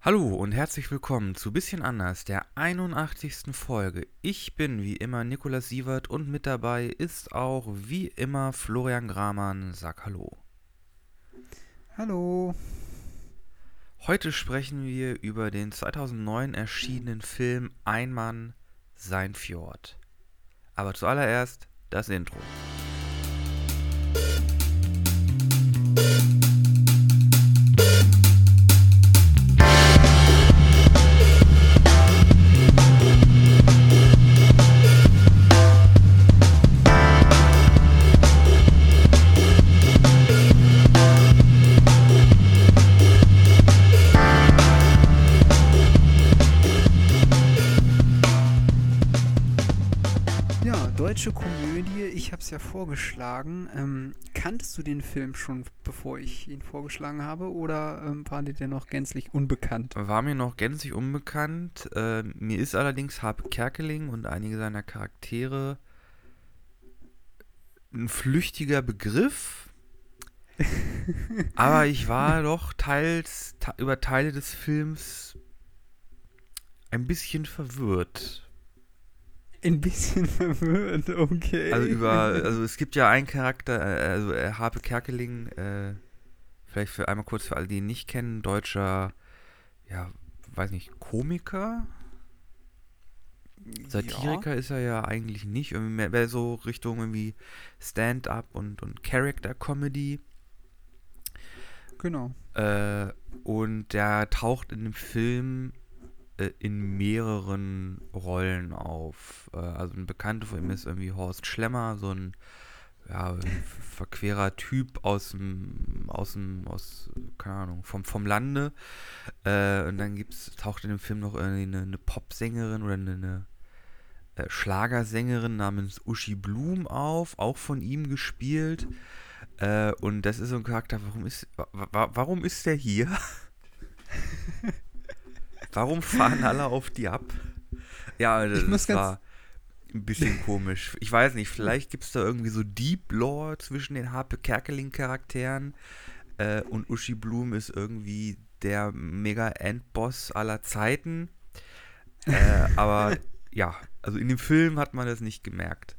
Hallo und herzlich willkommen zu Bisschen anders, der 81. Folge. Ich bin wie immer Nikolaus Sievert und mit dabei ist auch wie immer Florian Gramann. Sag Hallo. Hallo. Heute sprechen wir über den 2009 erschienenen Film Ein Mann, sein Fjord. Aber zuallererst das Intro. Ja, deutsche Komödie. Ich habe es ja vorgeschlagen. Kanntest du den Film schon, bevor ich ihn vorgeschlagen habe, oder war dir der noch gänzlich unbekannt? War mir noch gänzlich unbekannt. Mir ist allerdings Harpe Kerkeling und einige seiner Charaktere ein flüchtiger Begriff. Aber ich war doch über Teile des Films ein bisschen verwirrt. Ein bisschen verwirrt, okay. Also es gibt ja einen Charakter, Harpe Kerkeling, vielleicht für einmal kurz für alle, die ihn nicht kennen, deutscher, ja, weiß nicht, Komiker? Ja, Satiriker ist er ja eigentlich nicht, irgendwie mehr so Richtung irgendwie Stand-up und Character-Comedy. genau. Und der taucht in dem Film in mehreren Rollen auf. Also ein Bekannter von ihm ist irgendwie Horst Schlemmer, so ein, ja, ein verquerer Typ keine Ahnung, vom Lande. Und dann taucht in dem Film noch irgendwie eine Popsängerin oder eine Schlagersängerin namens Uschi Blum auf, auch von ihm gespielt. Und das ist so ein Charakter, warum ist der hier? Warum fahren alle auf die ab? Ja, Ich muss das ganz. war ein bisschen komisch. Ich weiß nicht, vielleicht gibt es da irgendwie so Deep Lore zwischen den Harpe Kerkeling-Charakteren und Uschi Blum ist irgendwie der Mega-Endboss aller Zeiten. Aber ja, also in dem Film hat man das nicht gemerkt.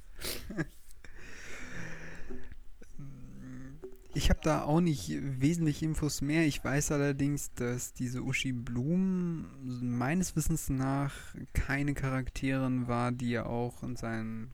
Ich habe da auch nicht wesentlich Infos mehr. Ich weiß allerdings, dass diese Uschi Blum meines Wissens nach keine Charakterin war, die er auch in seinen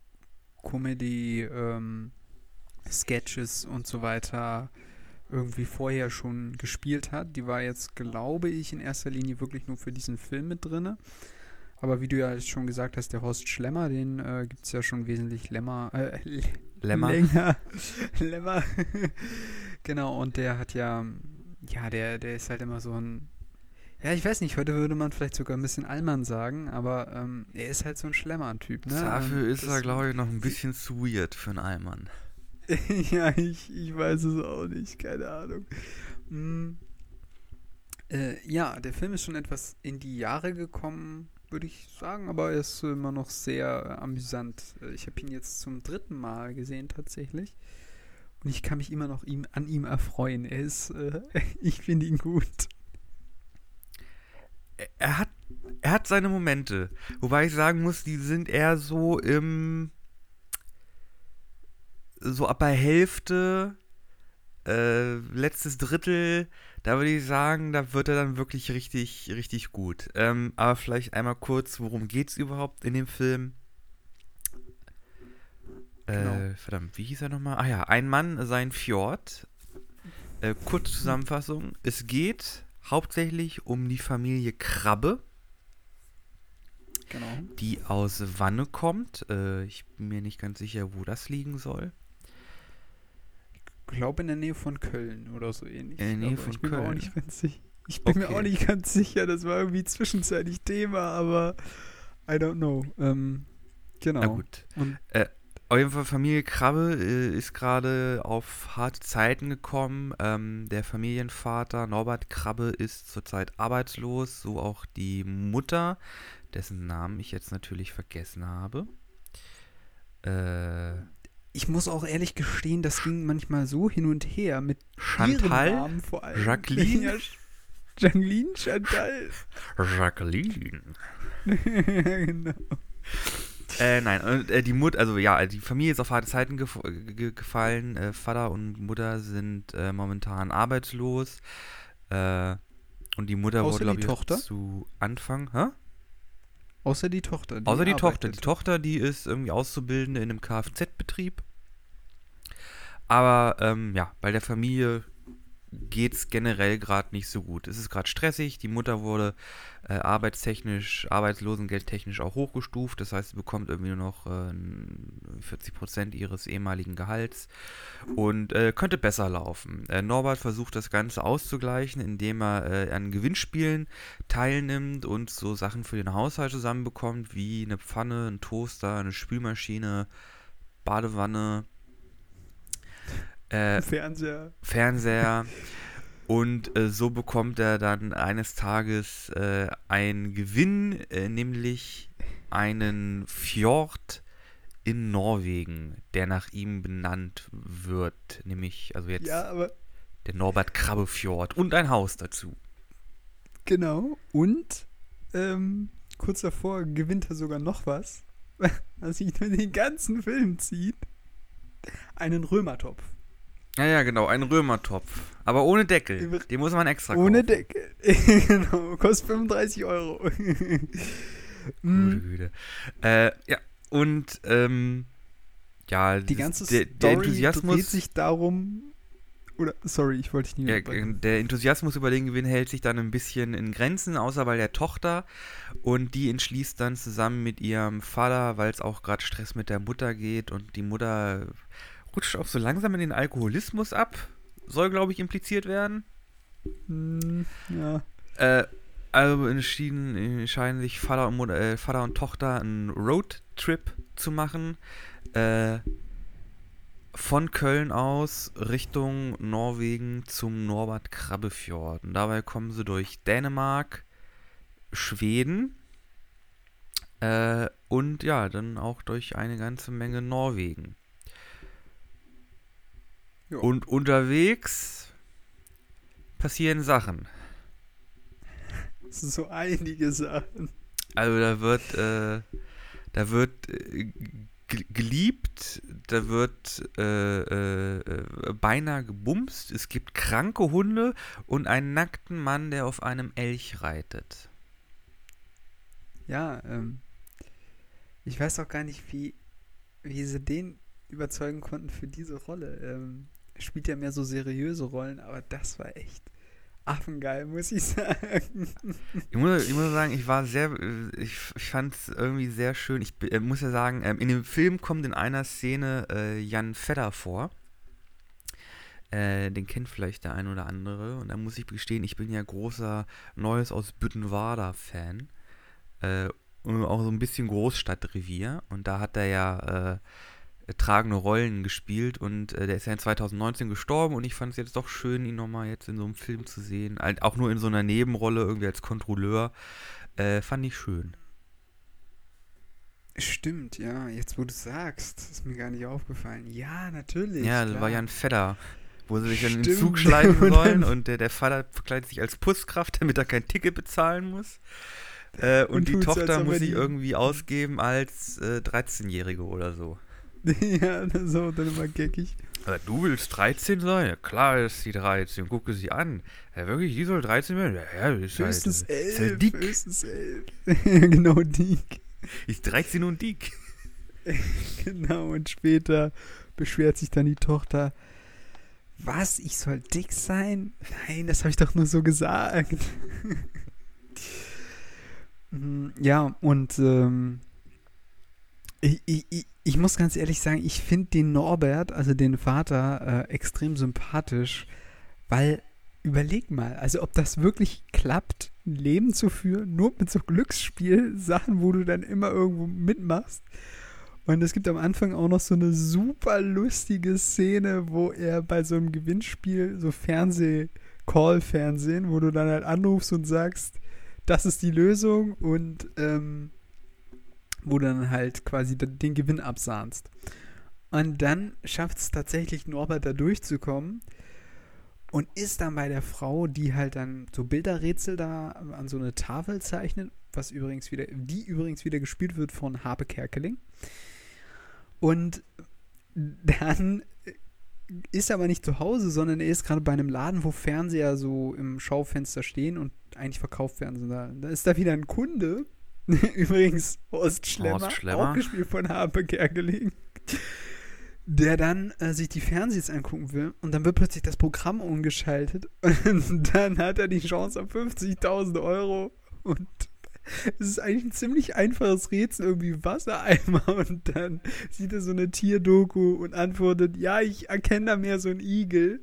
Comedy-Sketches und so weiter irgendwie vorher schon gespielt hat. Die war jetzt, glaube ich, in erster Linie wirklich nur für diesen Film mit drinne. Aber wie du ja schon gesagt hast, der Horst Schlemmer, den gibt es ja schon wesentlich Lemmer. länger. Lämmer. Genau, und der hat ja, der ist halt immer so ein, ja, ich weiß nicht, heute würde man vielleicht sogar ein bisschen Allmann sagen, aber er ist halt so ein Schlemmer-Typ, ne? Dafür ist er, glaube ich, noch ein bisschen zu weird für einen Allmann. Ja, ich weiß es auch nicht, keine Ahnung. Mm, ja, der Film ist schon etwas in die Jahre gekommen, würde ich sagen, aber er ist immer noch sehr amüsant. Ich habe ihn jetzt zum dritten Mal gesehen tatsächlich und ich kann mich immer noch an ihm erfreuen. Ich finde ihn gut. Er hat, er hat seine Momente. Wobei ich sagen muss, die sind eher so ab der Hälfte, letztes Drittel, da würde ich sagen, da wird er dann wirklich richtig, richtig gut. Aber vielleicht einmal kurz, worum geht's überhaupt in dem Film? Genau. Verdammt, wie hieß er nochmal? Ah ja, ein Mann, sein Fjord. Kurze Zusammenfassung. Es geht hauptsächlich um die Familie Krabbe, Genau. die aus Wanne kommt. Ich bin mir nicht ganz sicher, wo das liegen soll. Glaube in der Nähe von Köln oder so In der ähnlich, Nähe aber von ich bin mir auch Köln. nicht ganz sicher. Ich bin mir auch Okay. nicht ganz sicher, das war irgendwie zwischenzeitlich Thema, aber I don't know. Na Genau. gut. Und Auf jeden Fall, Familie Krabbe ist gerade auf harte Zeiten gekommen. Der Familienvater Norbert Krabbe ist zurzeit arbeitslos, so auch die Mutter, dessen Namen ich jetzt natürlich vergessen habe. Äh, ich muss auch ehrlich gestehen, das ging manchmal so hin und her mit ihren Chantal? Namen vor allem. Jacqueline? Jacqueline Chantal. Jacqueline. Genau. Nein, und die Mutter, also ja, die Familie ist auf harte Zeiten gefallen. Vater und Mutter sind momentan arbeitslos. Und die Mutter Außer wurde, glaube die ich, Tochter? zu Anfang, hä? Außer die Tochter, die Außer die Tochter. arbeitet. Die Tochter, die ist irgendwie Auszubildende in einem Kfz-Betrieb. Aber ja, bei der Familie geht's generell gerade nicht so gut. Es ist gerade stressig. Die Mutter wurde arbeitstechnisch, arbeitslosengeldtechnisch auch hochgestuft. Das heißt, sie bekommt irgendwie nur noch 40% ihres ehemaligen Gehalts und könnte besser laufen. Norbert versucht das Ganze auszugleichen, indem er an Gewinnspielen teilnimmt und so Sachen für den Haushalt zusammenbekommt, wie eine Pfanne, ein Toaster, eine Spülmaschine, Badewanne, Fernseher. Und so bekommt er dann eines Tages einen Gewinn, nämlich einen Fjord in Norwegen, der nach ihm benannt wird. Nämlich, also jetzt Ja, aber der Norbert Krabbe Fjord und ein Haus dazu. genau. Und kurz davor gewinnt er sogar noch was, was sich durch den ganzen Film zieht. Einen Römertopf. Ja, genau, ein Römertopf. Aber ohne Deckel. Den muss man extra kaufen. Ohne Deckel. Genau, kostet 35 Euro. Gute Güte. Ja, und ja, Die ganze der Story Enthusiasmus dreht sich darum. Oder, sorry, ich wollte dich nicht Ja, unterbrechen. der Enthusiasmus über den Gewinn hält sich dann ein bisschen in Grenzen, außer bei der Tochter. Und die entschließt dann zusammen mit ihrem Vater, weil es auch gerade Stress mit der Mutter geht. Und die Mutter rutscht auch so langsam in den Alkoholismus ab. Soll, glaube ich, impliziert werden. Ja. Also entscheiden sich Vater und Tochter einen Roadtrip zu machen. Von Köln aus Richtung Norwegen zum Norbert Krabbe Fjord. Und dabei kommen sie durch Dänemark, Schweden und ja, dann auch durch eine ganze Menge Norwegen. Jo. Und unterwegs passieren Sachen. So einige Sachen. Also da wird geliebt, da wird beinahe gebumst, es gibt kranke Hunde und einen nackten Mann, der auf einem Elch reitet. Ja, ich weiß auch gar nicht, wie sie den überzeugen konnten für diese Rolle. Er spielt ja mehr so seriöse Rollen, aber das war echt affengeil, muss ich sagen. Ich muss sagen, ich fand es irgendwie sehr schön. Ich muss ja sagen, in dem Film kommt in einer Szene Jan Fedder vor. Den kennt vielleicht der ein oder andere. Und da muss ich gestehen, ich bin ja großer Neues aus Büttenwader-Fan. Und auch so ein bisschen Großstadtrevier. Und da hat er ja tragende Rollen gespielt. Und der ist ja in 2019 gestorben. Und ich fand es jetzt doch schön, ihn nochmal jetzt in so einem Film zu sehen. Auch nur in so einer Nebenrolle, irgendwie als Kontrolleur. Fand ich schön. Stimmt, ja, jetzt wo du sagst, ist mir gar nicht aufgefallen. Ja, natürlich. Ja, das klar. war Jan Fedder, wo sie sich dann in den Stimmt. Zug schleifen Und sollen dann- und der Vater verkleidet sich als Putzkraft, damit er kein Ticket bezahlen muss. Und Und die tut's, als Tochter ob muss er sich die- irgendwie ausgeben als 13-Jährige oder so. Ja, so, dann immer geckig. Aber du willst 13 sein? Ja klar ist sie 13, gucke sie an. Ja wirklich, die soll 13 werden? Ja, ist halt, Höchstens ist 11. halt dick. Höchstens 11. Genau, dick. Ist 13 und dick. Genau, und später beschwert sich dann die Tochter. Was? Ich soll dick sein? Nein, das habe ich doch nur so gesagt. Ja, und ich muss ganz ehrlich sagen, ich finde den Norbert, also den Vater, extrem sympathisch, weil, überleg mal, also ob das wirklich klappt, ein Leben zu führen, nur mit so Glücksspiel-Sachen, wo du dann immer irgendwo mitmachst. Und es gibt am Anfang auch noch so eine super lustige Szene, wo er bei so einem Gewinnspiel, so Call-Fernsehen, wo du dann halt anrufst und sagst, das ist die Lösung und wo du dann halt quasi den Gewinn absahnst. Und dann schafft es tatsächlich Norbert da durchzukommen und ist dann bei der Frau, die halt dann so Bilderrätsel da an so eine Tafel zeichnet, die übrigens wieder gespielt wird von Harpe Kerkeling. Und dann ist er aber nicht zu Hause, sondern er ist gerade bei einem Laden, wo Fernseher so im Schaufenster stehen und eigentlich verkauft werden. Da ist da wieder ein Kunde, übrigens Horst Schlemmer, auch gespielt von Harpe Kerkeling, der dann sich die Fernsehs angucken will und dann wird plötzlich das Programm umgeschaltet und dann hat er die Chance auf 50.000 Euro und es ist eigentlich ein ziemlich einfaches Rätsel, irgendwie Wassereimer und dann sieht er so eine Tierdoku und antwortet, ja, ich erkenne da mehr so einen Igel.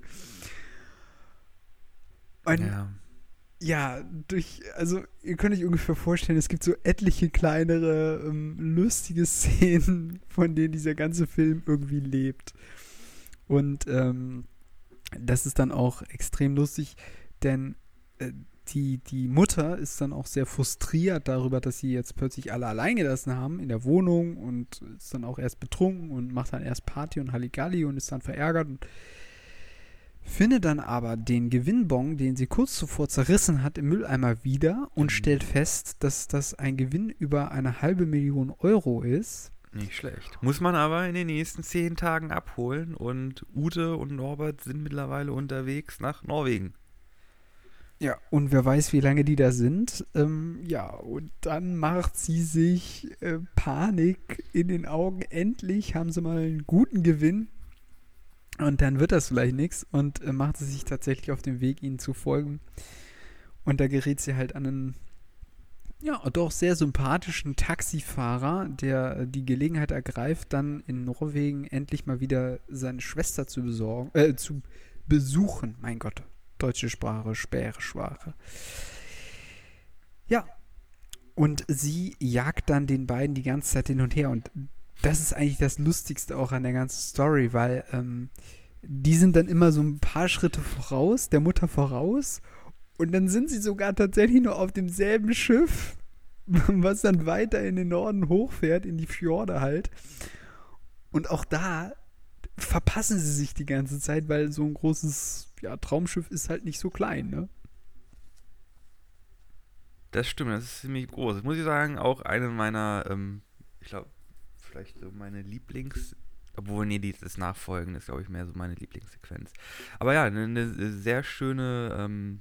Und ja, also ihr könnt euch ungefähr vorstellen, es gibt so etliche kleinere, lustige Szenen, von denen dieser ganze Film irgendwie lebt. Und das ist dann auch extrem lustig, denn die Mutter ist dann auch sehr frustriert darüber, dass sie jetzt plötzlich alle allein gelassen haben in der Wohnung und ist dann auch erst betrunken und macht dann erst Party und Halligalli und ist dann verärgert und findet dann aber den Gewinnbon, den sie kurz zuvor zerrissen hat, im Mülleimer wieder und stellt fest, dass das ein Gewinn über 500.000 Euro ist. Nicht schlecht. Muss man aber in den nächsten 10 Tagen abholen und Ute und Norbert sind mittlerweile unterwegs nach Norwegen. Ja, und wer weiß, wie lange die da sind. Ja, und dann macht sie sich Panik in den Augen. Endlich haben sie mal einen guten Gewinn. Und dann wird das vielleicht nichts. Und macht sie sich tatsächlich auf den Weg, ihnen zu folgen. Und da gerät sie halt an einen, ja, doch sehr sympathischen Taxifahrer, der die Gelegenheit ergreift, dann in Norwegen endlich mal wieder seine Schwester zu besuchen. Mein Gott. Deutsche Sprache, Spährsprache. Ja, und sie jagt dann den beiden die ganze Zeit hin und her. Und das ist eigentlich das Lustigste auch an der ganzen Story, weil die sind dann immer so ein paar Schritte voraus, der Mutter voraus. Und dann sind sie sogar tatsächlich nur auf demselben Schiff, was dann weiter in den Norden hochfährt, in die Fjorde halt. Und auch da verpassen sie sich die ganze Zeit, weil so ein großes Traumschiff ist halt nicht so klein, ne? Das stimmt, das ist ziemlich groß. Das muss ich sagen, auch eine meiner, ich glaube, vielleicht so meine obwohl, nee, das Nachfolgen ist, glaube ich, mehr so meine Lieblingssequenz. Aber ja, eine sehr schöne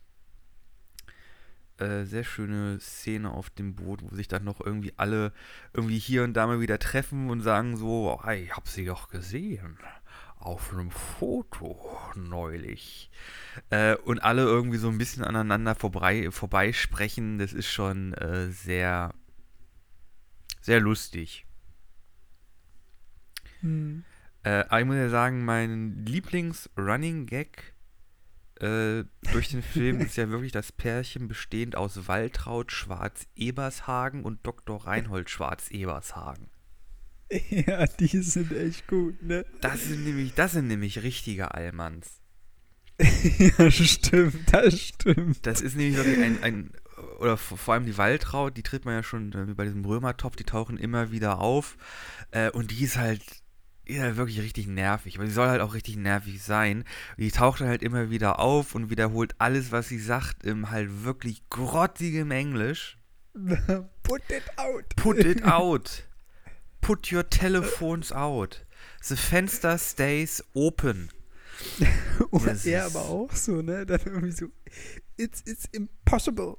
Szene auf dem Boot, wo sich dann noch irgendwie alle irgendwie hier und da mal wieder treffen und sagen so, hey, ich hab sie doch gesehen. Auf einem Foto neulich. Und alle irgendwie so ein bisschen aneinander vorbeisprechen. Das ist schon sehr, sehr lustig. Aber ich muss ja sagen, mein Lieblings-Running-Gag durch den Film ist ja wirklich das Pärchen bestehend aus Waltraud Schwarz-Ebershagen und Dr. Reinhold Schwarz-Ebershagen. Ja, die sind echt gut, ne? Das sind nämlich richtige Allmanns. Ja, stimmt, das stimmt. Das ist nämlich wirklich oder vor allem die Waltraud, die tritt man ja schon bei diesem Römertopf, die tauchen immer wieder auf und die ist halt wirklich richtig nervig, aber sie soll halt auch richtig nervig sein. Die taucht halt immer wieder auf und wiederholt alles, was sie sagt, im halt wirklich grottigem Englisch. Put it out. Put it out. Put your telephones out. The fenster stays open. Und er aber auch so, ne? Dann irgendwie so, it's impossible.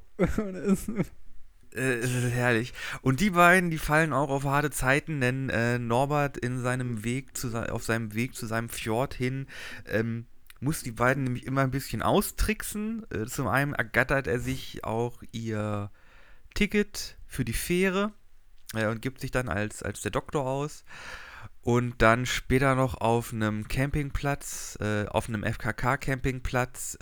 Es ist herrlich. Und die beiden, die fallen auch auf harte Zeiten, denn Norbert auf seinem Weg zu seinem Fjord hin muss die beiden nämlich immer ein bisschen austricksen. Zum einen ergattert er sich auch ihr Ticket für die Fähre und gibt sich dann als der Doktor aus. Und dann später noch auf einem Campingplatz, auf einem FKK-Campingplatz,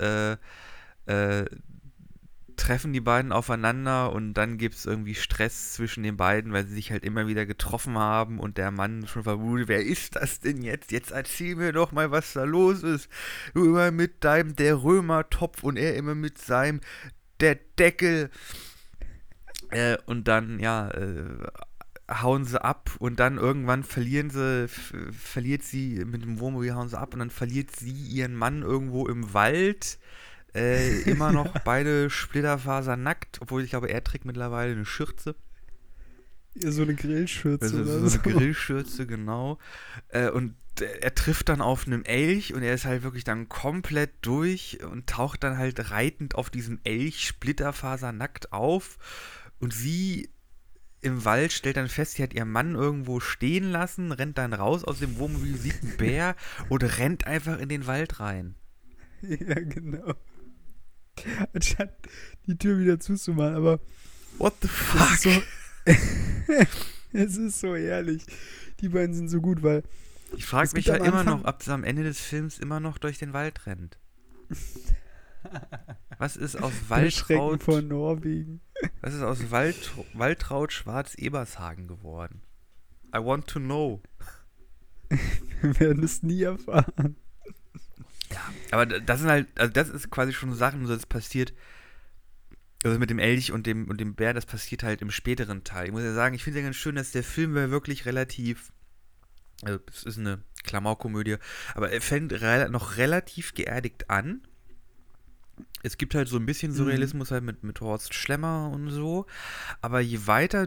treffen die beiden aufeinander und dann gibt es irgendwie Stress zwischen den beiden, weil sie sich halt immer wieder getroffen haben und der Mann schon vermutet, wer ist das denn jetzt? Jetzt erzähl mir doch mal, was da los ist. Du immer mit deinem der Römertopf und er immer mit seinem der Deckel. Und dann, hauen sie ab und dann irgendwann verliert sie mit dem Wohnmobil, hauen sie ab und dann verliert sie ihren Mann irgendwo im Wald. Immer noch beide splitterfasernackt, obwohl ich glaube, er trägt mittlerweile eine Schürze. Ja, so eine Grillschürze Also oder so eine Grillschürze, genau. Und er trifft dann auf einen Elch und er ist halt wirklich dann komplett durch und taucht dann halt reitend auf diesem Elch splitterfasernackt auf. Und sie im Wald stellt dann fest, sie hat ihren Mann irgendwo stehen lassen, rennt dann raus aus dem Wohnmobil, sieht einen Bär und rennt einfach in den Wald rein. Ja, genau. Anstatt die Tür wieder zuzumachen, aber What the fuck? Es ist so herrlich. Die beiden sind so gut, weil Ich frage es mich gibt ja am immer Anfang- noch, ob sie am Ende des Films immer noch durch den Wald rennt. Was ist aus der Schrecken Waltraud, vor Norwegen. was ist aus Waltraud Schwarz-Ebershagen geworden? I want to know. Wir werden es nie erfahren. Aber das sind halt, also das ist quasi schon so Sachen, so das passiert, also mit dem Elch und dem Bär, das passiert halt im späteren Teil. Ich muss ja sagen, ich finde ja ganz schön, dass der Film wäre wirklich relativ, also es ist eine Klamaukkomödie, aber er fängt noch relativ geerdigt an. Es gibt halt so ein bisschen Surrealismus halt mit Horst Schlemmer und so, aber je weiter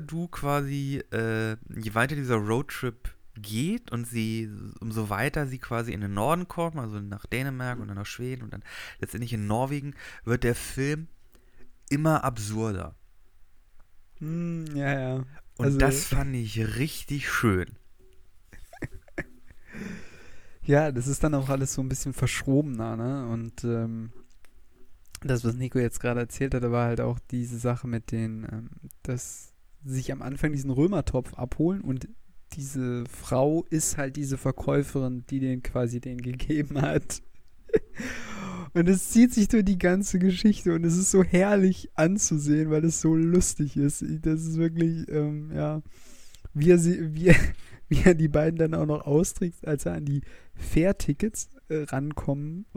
dieser Roadtrip geht und umso weiter sie quasi in den Norden kommen, also nach Dänemark und dann nach Schweden und dann letztendlich in Norwegen, wird der Film immer absurder. Ja, ja. Und Also- das fand ich richtig schön. Ja, das ist dann auch alles so ein bisschen verschrobener, ne? Und das, was Nico jetzt gerade erzählt hat, war halt auch diese Sache mit dass sie sich am Anfang diesen Römertopf abholen und diese Frau ist halt diese Verkäuferin, die den gegeben hat. Und es zieht sich durch die ganze Geschichte und es ist so herrlich anzusehen, weil es so lustig ist. Das ist wirklich, ja, wie er die beiden dann auch noch austrägt, als er an die Fährtickets rankommt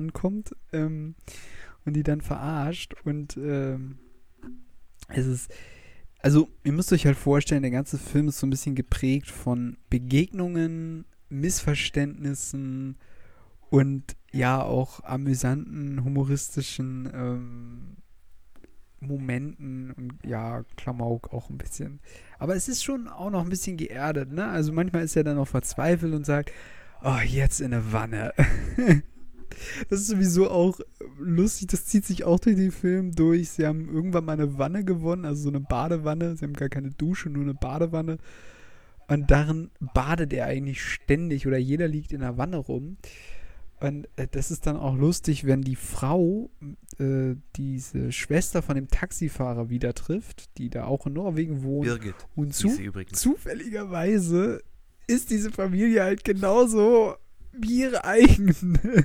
und die dann verarscht. Und es ist, also ihr müsst euch halt vorstellen, der ganze Film ist so ein bisschen geprägt von Begegnungen, Missverständnissen und ja auch amüsanten, humoristischen Momenten und ja, Klamauk auch ein bisschen. Aber es ist schon auch noch ein bisschen geerdet, ne? Also manchmal ist er dann auch verzweifelt und sagt, oh, jetzt in eine Wanne. Das ist sowieso auch lustig, das zieht sich auch durch den Film durch. Sie haben irgendwann mal eine Wanne gewonnen, also so eine Badewanne. Sie haben gar keine Dusche, nur eine Badewanne. Und darin badet er eigentlich ständig oder jeder liegt in der Wanne rum. Und das ist dann auch lustig, wenn die Frau diese Schwester von dem Taxifahrer wieder trifft, die da auch in Norwegen wohnt. Birgit Und hieß sie übrigens. zufälligerweise ist diese Familie halt genauso wie ihre eigene.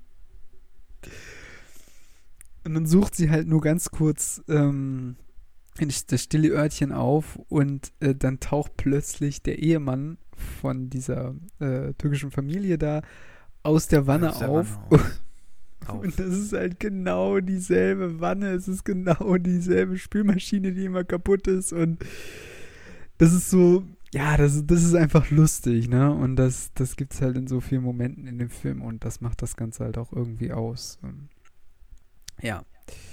Und dann sucht sie halt nur ganz kurz das stille Örtchen auf und dann taucht plötzlich der Ehemann von dieser türkischen Familie da aus der Wanne Aus der auf. Wanne auf. Und das ist halt genau dieselbe Wanne, es ist genau dieselbe Spülmaschine, die immer kaputt ist und das ist so, ja, das ist einfach lustig, ne? Und das gibt's halt in so vielen Momenten in dem Film und das macht das Ganze halt auch irgendwie aus. Ja.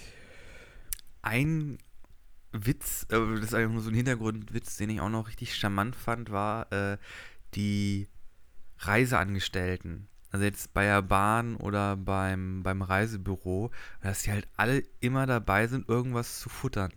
Ein Witz, das ist einfach nur so ein Hintergrundwitz, den ich auch noch richtig charmant fand, war die Reiseangestellten. Also jetzt bei der Bahn oder beim Reisebüro, dass die halt alle immer dabei sind, irgendwas zu futtern.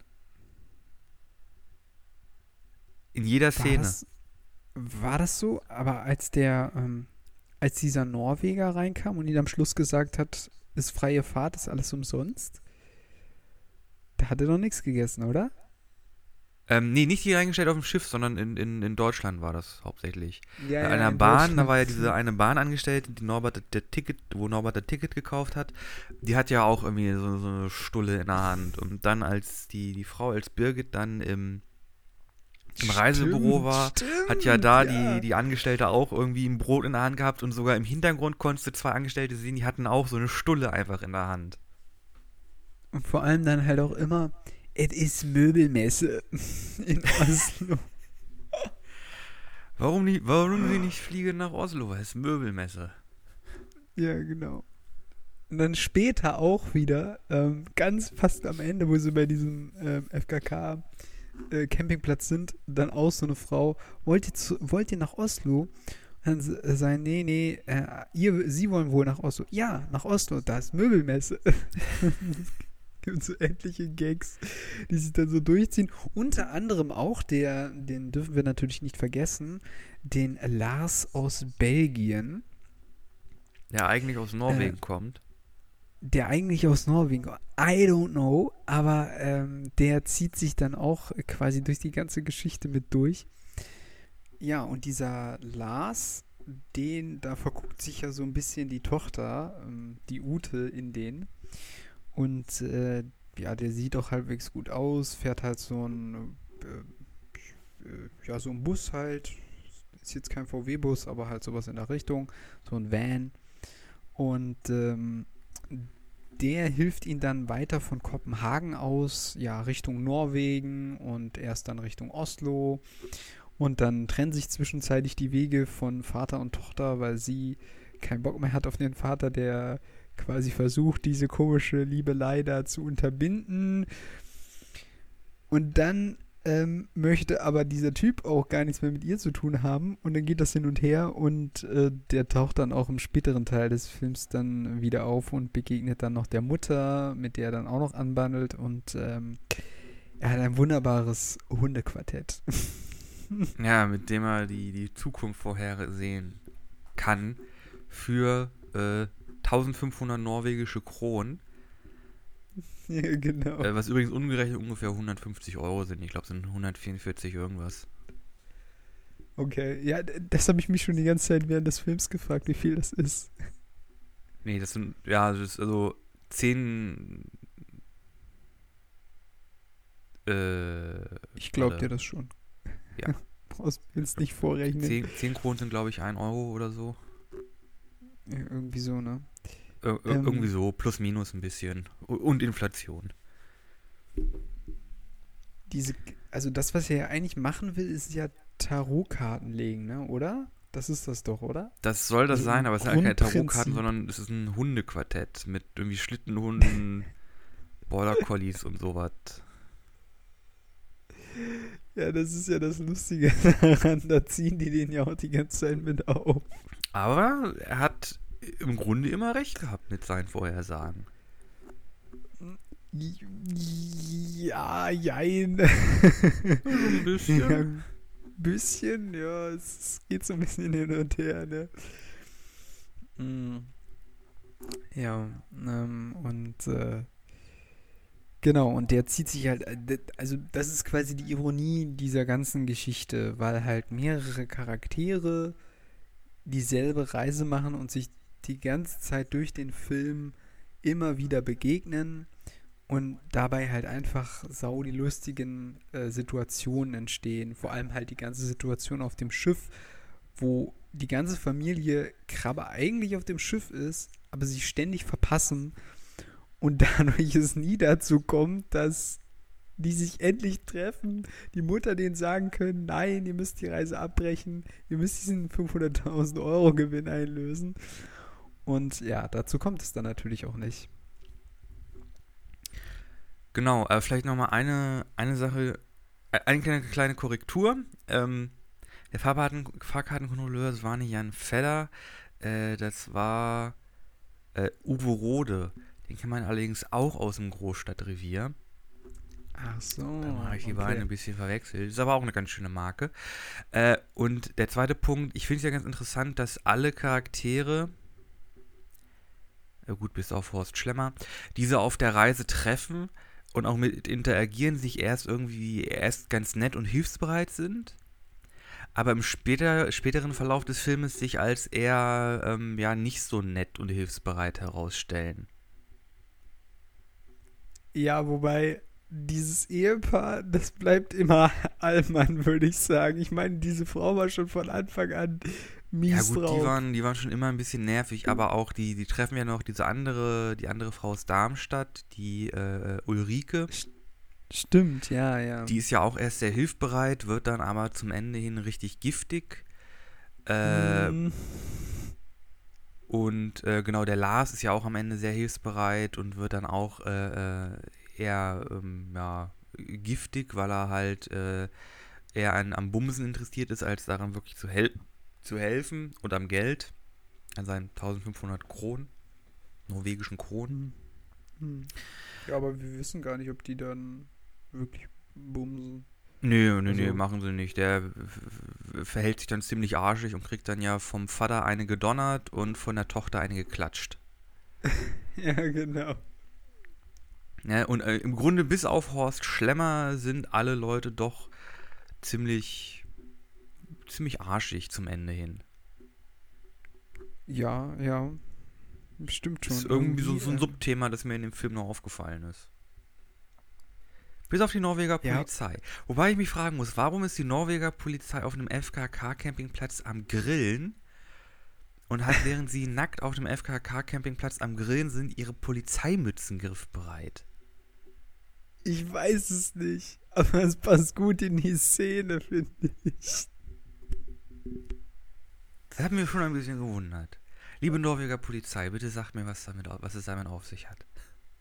In jeder Szene. War das so? Aber als dieser Norweger reinkam und ihn am Schluss gesagt hat, ist freie Fahrt, ist alles umsonst, da hat er noch nichts gegessen, oder? Nee, nicht hier reingestellt auf dem Schiff, sondern in Deutschland war das hauptsächlich. Ja, Bei einer in Bahn, da Deutschland. war ja diese eine Bahnangestellte, wo Norbert das Ticket gekauft hat, die hat ja auch irgendwie so eine Stulle in der Hand. Und dann, als die Frau, als Birgit dann im Reisebüro war, hat ja da die Angestellte auch irgendwie ein Brot in der Hand gehabt und sogar im Hintergrund konntest du zwei Angestellte sehen, die hatten auch so eine Stulle einfach in der Hand. Und vor allem dann halt auch immer, es ist Möbelmesse in Oslo. Warum sie nicht fliegen nach Oslo? Weil es Möbelmesse. Ja, genau. Und dann später auch wieder, ganz fast am Ende, wo sie bei diesem FKK Campingplatz sind, dann auch so eine Frau, wollt ihr nach Oslo? Und dann sagen, nee, sie wollen wohl nach Oslo. Ja, nach Oslo, da ist Möbelmesse. Gibt so etliche Gags, die sich dann so durchziehen. Unter anderem auch den dürfen wir natürlich nicht vergessen, den Lars aus Belgien. Der eigentlich aus Norwegen kommt. Der eigentlich aus Norwegen, I don't know, aber der zieht sich dann auch quasi durch die ganze Geschichte mit durch. Ja, und dieser Lars, da verguckt sich ja so ein bisschen die Tochter, die Ute, in den. Und ja, der sieht auch halbwegs gut aus, fährt halt so ein Bus halt. Ist jetzt kein VW-Bus, aber halt sowas in der Richtung. So ein Van. Und der hilft ihnen dann weiter von Kopenhagen aus, ja, Richtung Norwegen und erst dann Richtung Oslo. Und dann trennen sich zwischenzeitlich die Wege von Vater und Tochter, weil sie keinen Bock mehr hat auf den Vater, der quasi versucht, diese komische Liebelei da zu unterbinden. Und dann möchte aber dieser Typ auch gar nichts mehr mit ihr zu tun haben. Und dann geht das hin und her und der taucht dann auch im späteren Teil des Films dann wieder auf und begegnet dann noch der Mutter, mit der er dann auch noch anbandelt. Und er hat ein wunderbares Hundequartett. Ja, mit dem er die Zukunft vorhersehen kann für 1500 norwegische Kronen. Ja, genau. Was übrigens umgerechnet ungefähr 150 Euro sind. Ich glaube, es sind 144 irgendwas. Okay, ja, das habe ich mich schon die ganze Zeit während des Films gefragt, wie viel das ist. Nee, das sind, ja, das ist also 10. Ich glaube dir das schon. Ja. Willst nicht vorrechnen. 10 Kronen sind, glaube ich, 1 Euro oder so. Ja, irgendwie so, ne? Irgendwie so, plus minus ein bisschen. Und Inflation. Also das, was er ja eigentlich machen will, ist ja Tarotkarten legen, ne? Oder? Das ist das doch, oder? Das soll das Also sein, aber es sind ja keine Grundprinzip. Tarotkarten, sondern es ist ein Hundequartett mit irgendwie Schlittenhunden, Border Collies und sowas. Ja, das ist ja das Lustige daran. Da ziehen die den ja auch die ganze Zeit mit auf. Aber er hat im Grunde immer recht gehabt mit seinen Vorhersagen. Ja, jein. Ein bisschen. Ja, ein bisschen, ja. Es geht so ein bisschen hin und her, ne? Ja, und genau, und der zieht sich halt, also das ist quasi die Ironie dieser ganzen Geschichte, weil halt mehrere Charaktere dieselbe Reise machen und sich die ganze Zeit durch den Film immer wieder begegnen und dabei halt einfach sau die lustigen Situationen entstehen. Vor allem halt die ganze Situation auf dem Schiff, wo die ganze Familie Krabbe eigentlich auf dem Schiff ist, aber sich ständig verpassen und dadurch es nie dazu kommt, dass die sich endlich treffen, die Mutter denen sagen können, nein, ihr müsst die Reise abbrechen, ihr müsst diesen 500.000 Euro Gewinn einlösen. Und ja, dazu kommt es dann natürlich auch nicht. Genau, vielleicht nochmal eine Sache, eine kleine Korrektur. Der Fahrkartenkontrolleur, das war nicht Jan Fedder, das war Uwe Rode. Den kennt man allerdings auch aus dem Großstadtrevier. Ach so. Da habe ich die beiden ein bisschen verwechselt. Ist aber auch eine ganz schöne Marke. Und der zweite Punkt, ich finde es ja ganz interessant, dass alle Charaktere, gut, bis auf Horst Schlemmer, diese auf der Reise treffen und auch mit interagieren, sich erst ganz nett und hilfsbereit sind, aber im späteren Verlauf des Filmes sich als eher nicht so nett und hilfsbereit herausstellen. Ja, wobei dieses Ehepaar, das bleibt immer Allmann, würde ich sagen. Ich meine, diese Frau war schon von Anfang an mies Ja gut, drauf. die waren schon immer ein bisschen nervig, aber auch die treffen ja noch die andere Frau aus Darmstadt, die Ulrike. Stimmt, ja. Die ist ja auch erst sehr hilfsbereit, wird dann aber zum Ende hin richtig giftig. Äh, Hm. und genau, der Lars ist ja auch am Ende sehr hilfsbereit und wird dann auch eher ja, giftig, weil er halt eher am Bumsen interessiert ist, als daran wirklich zu helfen und am Geld, an seinen 1500 Kronen, norwegischen Kronen. Hm. Hm. Ja, aber wir wissen gar nicht, ob die dann wirklich bumsen. Nee, Also, machen sie nicht. Der verhält sich dann ziemlich arschig und kriegt dann ja vom Vater eine gedonnert und von der Tochter eine geklatscht. ja, genau. Ja, und im Grunde bis auf Horst Schlemmer sind alle Leute doch ziemlich, ziemlich arschig zum Ende hin. Ja, ja, stimmt Das ist schon. irgendwie so, Irgendwie, so ein Subthema, das mir in dem Film noch aufgefallen ist. Bis auf die Norweger ja, Polizei. Wobei ich mich fragen muss, warum ist die Norweger Polizei auf einem FKK-Campingplatz am Grillen und hat, während sie nackt auf dem FKK-Campingplatz am Grillen sind, ihre Polizeimützen griffbereit? ich weiß es nicht. Aber es passt gut in die Szene, finde ich. Das hat mich schon ein bisschen gewundert. Liebe Norweger Polizei, bitte sagt mir, was es damit auf sich hat.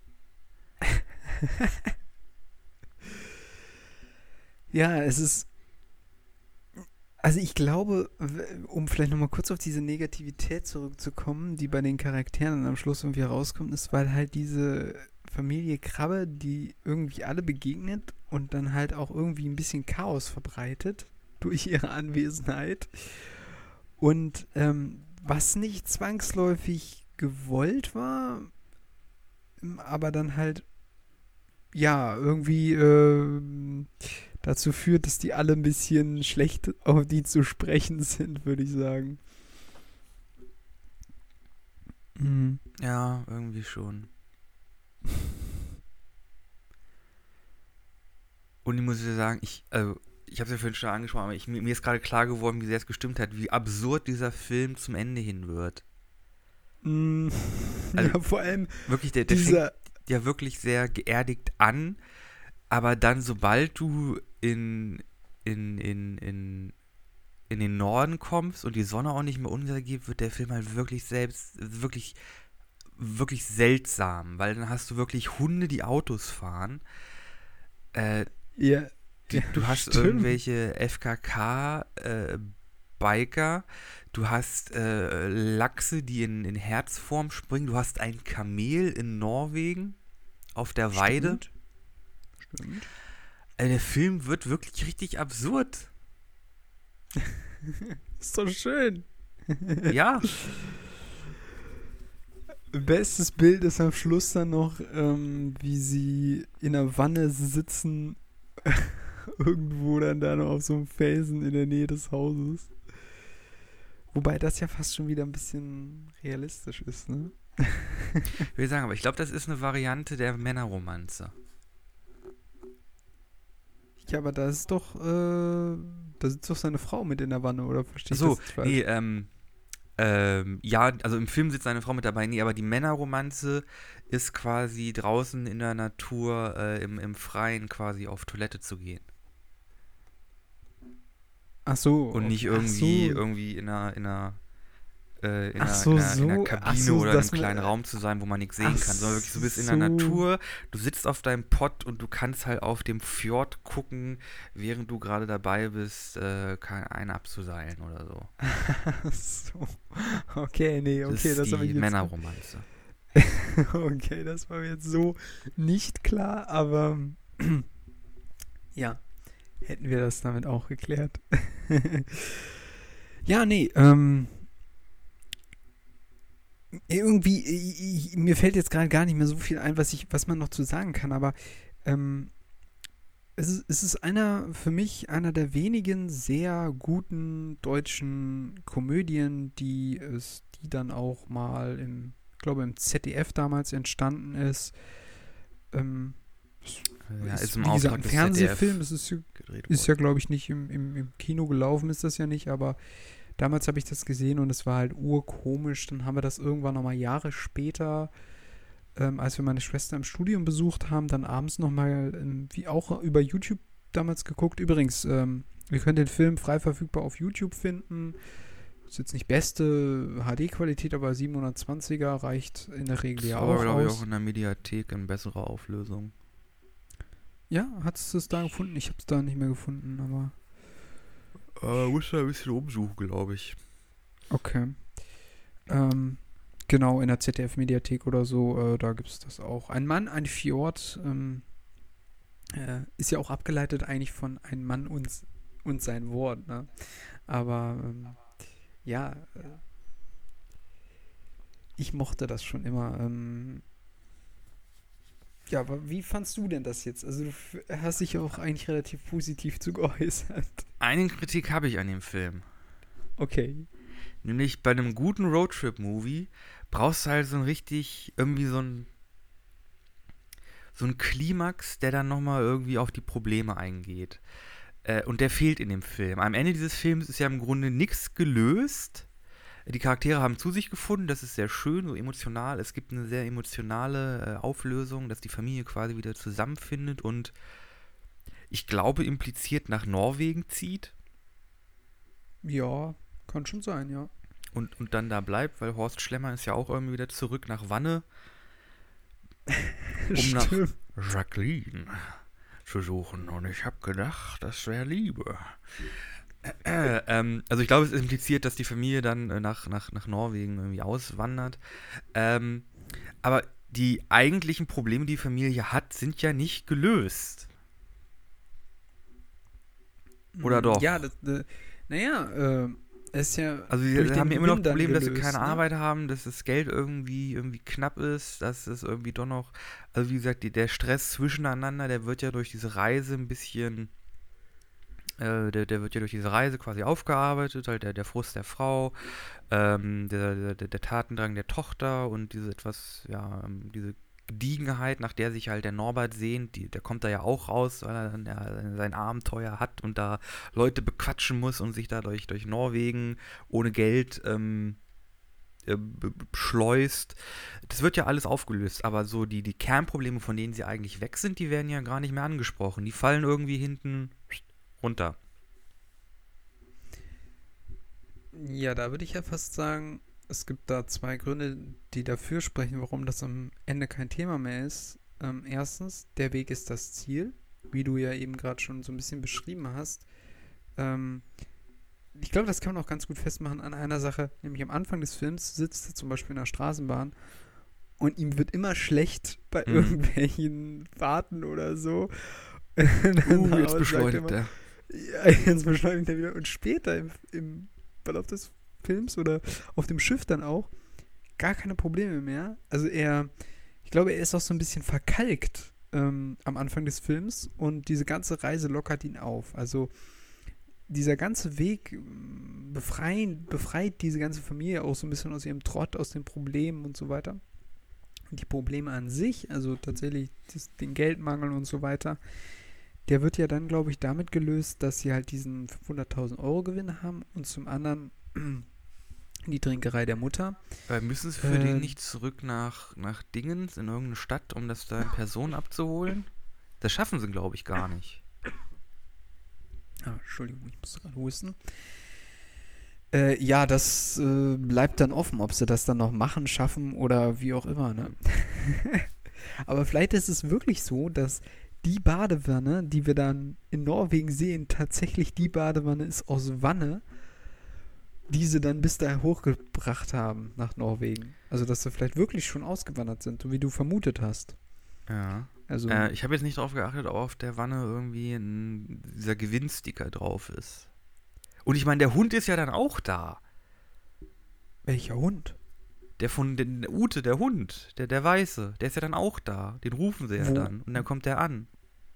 Ja, es ist. Also ich glaube, um vielleicht nochmal kurz auf diese Negativität zurückzukommen, die bei den Charakteren am Schluss irgendwie rauskommt, ist, weil halt diese Familie Krabbe, die irgendwie alle begegnet und dann halt auch irgendwie ein bisschen Chaos verbreitet durch ihre Anwesenheit. Und was nicht zwangsläufig gewollt war, aber dann halt, ja, irgendwie dazu führt, dass die alle ein bisschen schlecht auf die zu sprechen sind, würde ich sagen. Mhm. Ja, irgendwie schon. Und ich muss dir sagen, ich habe es ja vorhin schon angesprochen, aber mir ist gerade klar geworden, wie sehr es gestimmt hat, wie absurd dieser Film zum Ende hin wird. Mm, Also ja, vor allem wirklich, der fängt dieser. ja wirklich sehr geerdigt an, aber dann, sobald du in den Norden kommst und die Sonne auch nicht mehr untergeht, wird der Film halt wirklich seltsam, weil dann hast du wirklich Hunde, die Autos fahren. Äh, Ja, ja, du hast stimmt. irgendwelche FKK-Biker, du hast Lachse, die in Herzform springen, du hast ein Kamel in Norwegen auf der Weide. Stimmt. Stimmt. Der Film wird wirklich richtig absurd. Ist doch schön. Ja, Bestes Bild ist am Schluss dann noch, wie sie in der Wanne sitzen, irgendwo dann da noch auf so einem Felsen in der Nähe des Hauses. Wobei das ja fast schon wieder ein bisschen realistisch ist, ne? ich will sagen, aber ich glaube, das ist eine Variante der Männerromanze. Ja, aber da ist doch, da sitzt doch seine Frau mit in der Wanne, oder verstehe ich das Achso, jetzt nee, falsch? ja, also im Film sitzt seine Frau mit dabei, nee, aber die Männerromanze ist quasi draußen in der Natur, im Freien quasi auf Toilette zu gehen. Ach so, Und nicht okay. irgendwie in einer Ach Kabine so, oder in einem dass man, kleinen Raum zu sein, wo man nichts ach sehen kann, sondern wirklich so bist in der so, Natur, du sitzt auf deinem Pott und du kannst halt auf dem Fjord gucken, während du gerade dabei bist, einen abzuseilen oder so. ach so. Okay, nee, Das okay, ist das habe ich die jetzt, Männerromanze. okay, das war mir jetzt so nicht klar, aber ja, hätten wir das damit auch geklärt. Ja, nee, irgendwie, mir fällt jetzt gerade gar nicht mehr so viel ein, was man noch zu sagen kann, aber ähm, es ist für mich einer der wenigen sehr guten deutschen Komödien, die dann auch mal ich glaube, im ZDF damals entstanden ist. Ähm, Ja, ist im wie gesagt, Auftrag ein des Fernsehfilm, ZDF es gedreht ist ja, worden. glaube ich, nicht im Kino gelaufen, ist das ja nicht, aber damals habe ich das gesehen und es war halt urkomisch. Dann haben wir das irgendwann nochmal Jahre später, als wir meine Schwester im Studium besucht haben, dann abends nochmal, wie auch über YouTube damals geguckt. Übrigens, ihr könnt den Film frei verfügbar auf YouTube finden. ist jetzt nicht beste HD-Qualität, aber 720er reicht in der Regel Das ja war aber, auch glaube ich, aus. auch in der Mediathek in besserer Auflösung. Ja, hast du es da gefunden? Ich habe es da nicht mehr gefunden, aber Muss da ein bisschen umsuchen, glaube ich. okay. Ähm, genau, in der ZDF-Mediathek oder so, da gibt es das auch. Ein Mann, ein Fjord, ist ja auch abgeleitet eigentlich von ein Mann und sein Wort, ne? Aber ja, ich mochte das schon immer. Ja, aber wie fandst du denn das jetzt? Also du hast dich ja auch eigentlich relativ positiv zu geäußert. Eine Kritik habe ich an dem Film. Okay. Nämlich bei einem guten Roadtrip-Movie brauchst du halt so ein richtig, irgendwie so ein Klimax, der dann nochmal irgendwie auf die Probleme eingeht. Und der fehlt in dem Film. Am Ende dieses Films ist ja im Grunde nichts gelöst. Die Charaktere haben zu sich gefunden, das ist sehr schön, so emotional. Es gibt eine sehr emotionale Auflösung, dass die Familie quasi wieder zusammenfindet und ich glaube impliziert nach Norwegen zieht Ja, kann schon sein, ja. und dann da bleibt, weil Horst Schlemmer ist ja auch irgendwie wieder zurück nach Wanne, um nach Stimmt. Jacqueline zu suchen. Und ich habe gedacht, das wäre Liebe. Also ich glaube, es ist impliziert, dass die Familie dann nach Norwegen irgendwie auswandert. Aber die eigentlichen Probleme, die Familie hat, sind ja nicht gelöst. Oder Ja, doch? naja, es ist ja Also durch sie den haben ja immer noch Gewinn dann Probleme, dass sie gelöst, keine ne? Arbeit haben, dass das Geld irgendwie knapp ist, dass es irgendwie doch noch, also wie gesagt, der Stress zwischeneinander, der wird ja durch diese Reise ein bisschen, der wird ja durch diese Reise quasi aufgearbeitet, halt der Frust der Frau, der Tatendrang der Tochter und diese etwas, ja, diese Gediegenheit, nach der sich halt der Norbert sehnt, der kommt da ja auch raus, weil er dann ja sein Abenteuer hat und da Leute bequatschen muss und sich da durch Norwegen ohne Geld schleust. Das wird ja alles aufgelöst, aber so die Kernprobleme, von denen sie eigentlich weg sind, die werden ja gar nicht mehr angesprochen. Die fallen irgendwie hinten runter. Ja, da würde ich ja fast sagen, es gibt da zwei Gründe, die dafür sprechen, warum das am Ende kein Thema mehr ist. Erstens, der Weg ist das Ziel, wie du ja eben gerade schon so ein bisschen beschrieben hast. Ähm, Ich glaube, das kann man auch ganz gut festmachen an einer Sache, nämlich am Anfang des Films sitzt er zum Beispiel in der Straßenbahn und ihm wird immer schlecht bei Mhm. irgendwelchen Fahrten oder so. Dann Jetzt sagt er beschleunigt immer, er. ja, jetzt beschleunigt er wieder. Und später im Verlauf des Films oder auf dem Schiff dann auch, gar keine Probleme mehr. Also ich glaube, er ist auch so ein bisschen verkalkt am Anfang des Films und diese ganze Reise lockert ihn auf. Also dieser ganze Weg befreit diese ganze Familie auch so ein bisschen aus ihrem Trott, aus den Problemen und so weiter. Und die Probleme an sich, also tatsächlich den Geldmangel und so weiter, der wird ja dann, glaube ich, damit gelöst, dass sie halt diesen 500.000 Euro Gewinn haben und zum anderen die Trinkerei der Mutter. Müssen sie für den Äh, nicht zurück nach Dingens in irgendeine Stadt, um das da in Person abzuholen? Das schaffen sie, glaube ich, gar nicht. Entschuldigung, ich muss gerade husten. Ja, das bleibt dann offen, ob sie das dann noch machen, schaffen oder wie auch immer. Ne? Aber vielleicht ist es wirklich so, dass die Badewanne, die wir dann in Norwegen sehen, tatsächlich die Badewanne ist aus Wanne, die sie dann bis dahin hochgebracht haben nach Norwegen. Also, dass sie vielleicht wirklich schon ausgewandert sind, so wie du vermutet hast. Ja. Also, Ich habe jetzt nicht darauf geachtet, ob auf der Wanne irgendwie dieser Gewinnsticker drauf ist. Und ich meine, der Hund ist ja dann auch da. welcher Hund? Der von der Ute, der Hund, der Weiße, der ist ja dann auch da. Den rufen sie ja Wo? dann. Und dann kommt der an.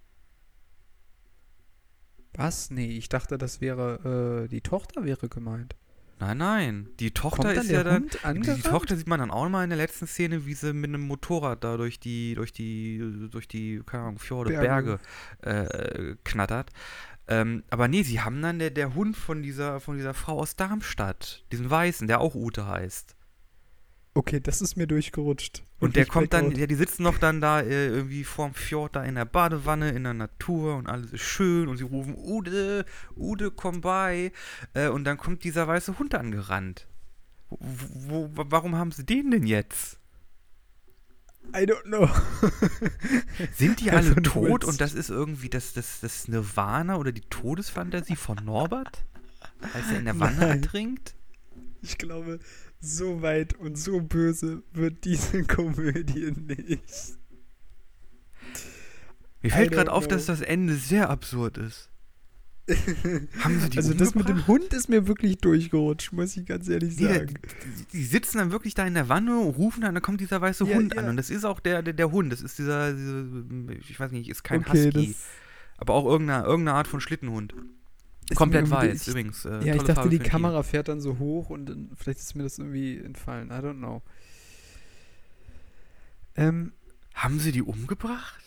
Was? Nee, ich dachte, das wäre, die Tochter wäre gemeint. Nein, nein. Die Tochter Kommt dann ist ja der dann. Hund Die angerannt? Tochter sieht man dann auch mal in der letzten Szene, wie sie mit einem Motorrad da durch die, keine Ahnung, Fjorde, Berge. Berge knattert. Aber nee, sie haben dann der Hund von dieser Frau aus Darmstadt, diesen Weißen, der auch Ute heißt. Okay, das ist mir durchgerutscht. Und der ich kommt dann, Blackout. ja, die sitzen noch dann da irgendwie vorm Fjord, da in der Badewanne, in der Natur und alles ist schön und sie rufen, Ude, Ude, komm bei. Und dann kommt dieser weiße Hund angerannt. Warum haben sie den denn jetzt? I don't know. Sind die Einfach alle nur tot jetzt. und das ist irgendwie das Nirvana oder die Todesfantasie von Norbert? Als er in der Wanne Nein. ertrinkt? Ich glaube, so weit und so böse wird diese Komödie nicht. Mir I fällt gerade don't auf, dass know. das Ende sehr absurd ist. Haben sie die Also das mit dem umgebracht? Hund ist mir wirklich durchgerutscht, muss ich ganz ehrlich Nee, sagen. die sitzen dann wirklich da in der Wanne und rufen dann kommt dieser weiße Ja, Hund ja. an. Und das ist auch der Hund. Das ist ich weiß nicht, ist kein Okay, Husky. das Aber auch irgendeine Art von Schlittenhund. ist Komplett mir irgendwie- weiß, übrigens. Ja, Tolle ich dachte, Farbe die für ein Tier. Kamera fährt dann so hoch und dann, vielleicht ist mir das irgendwie entfallen. I don't know. Haben sie die umgebracht?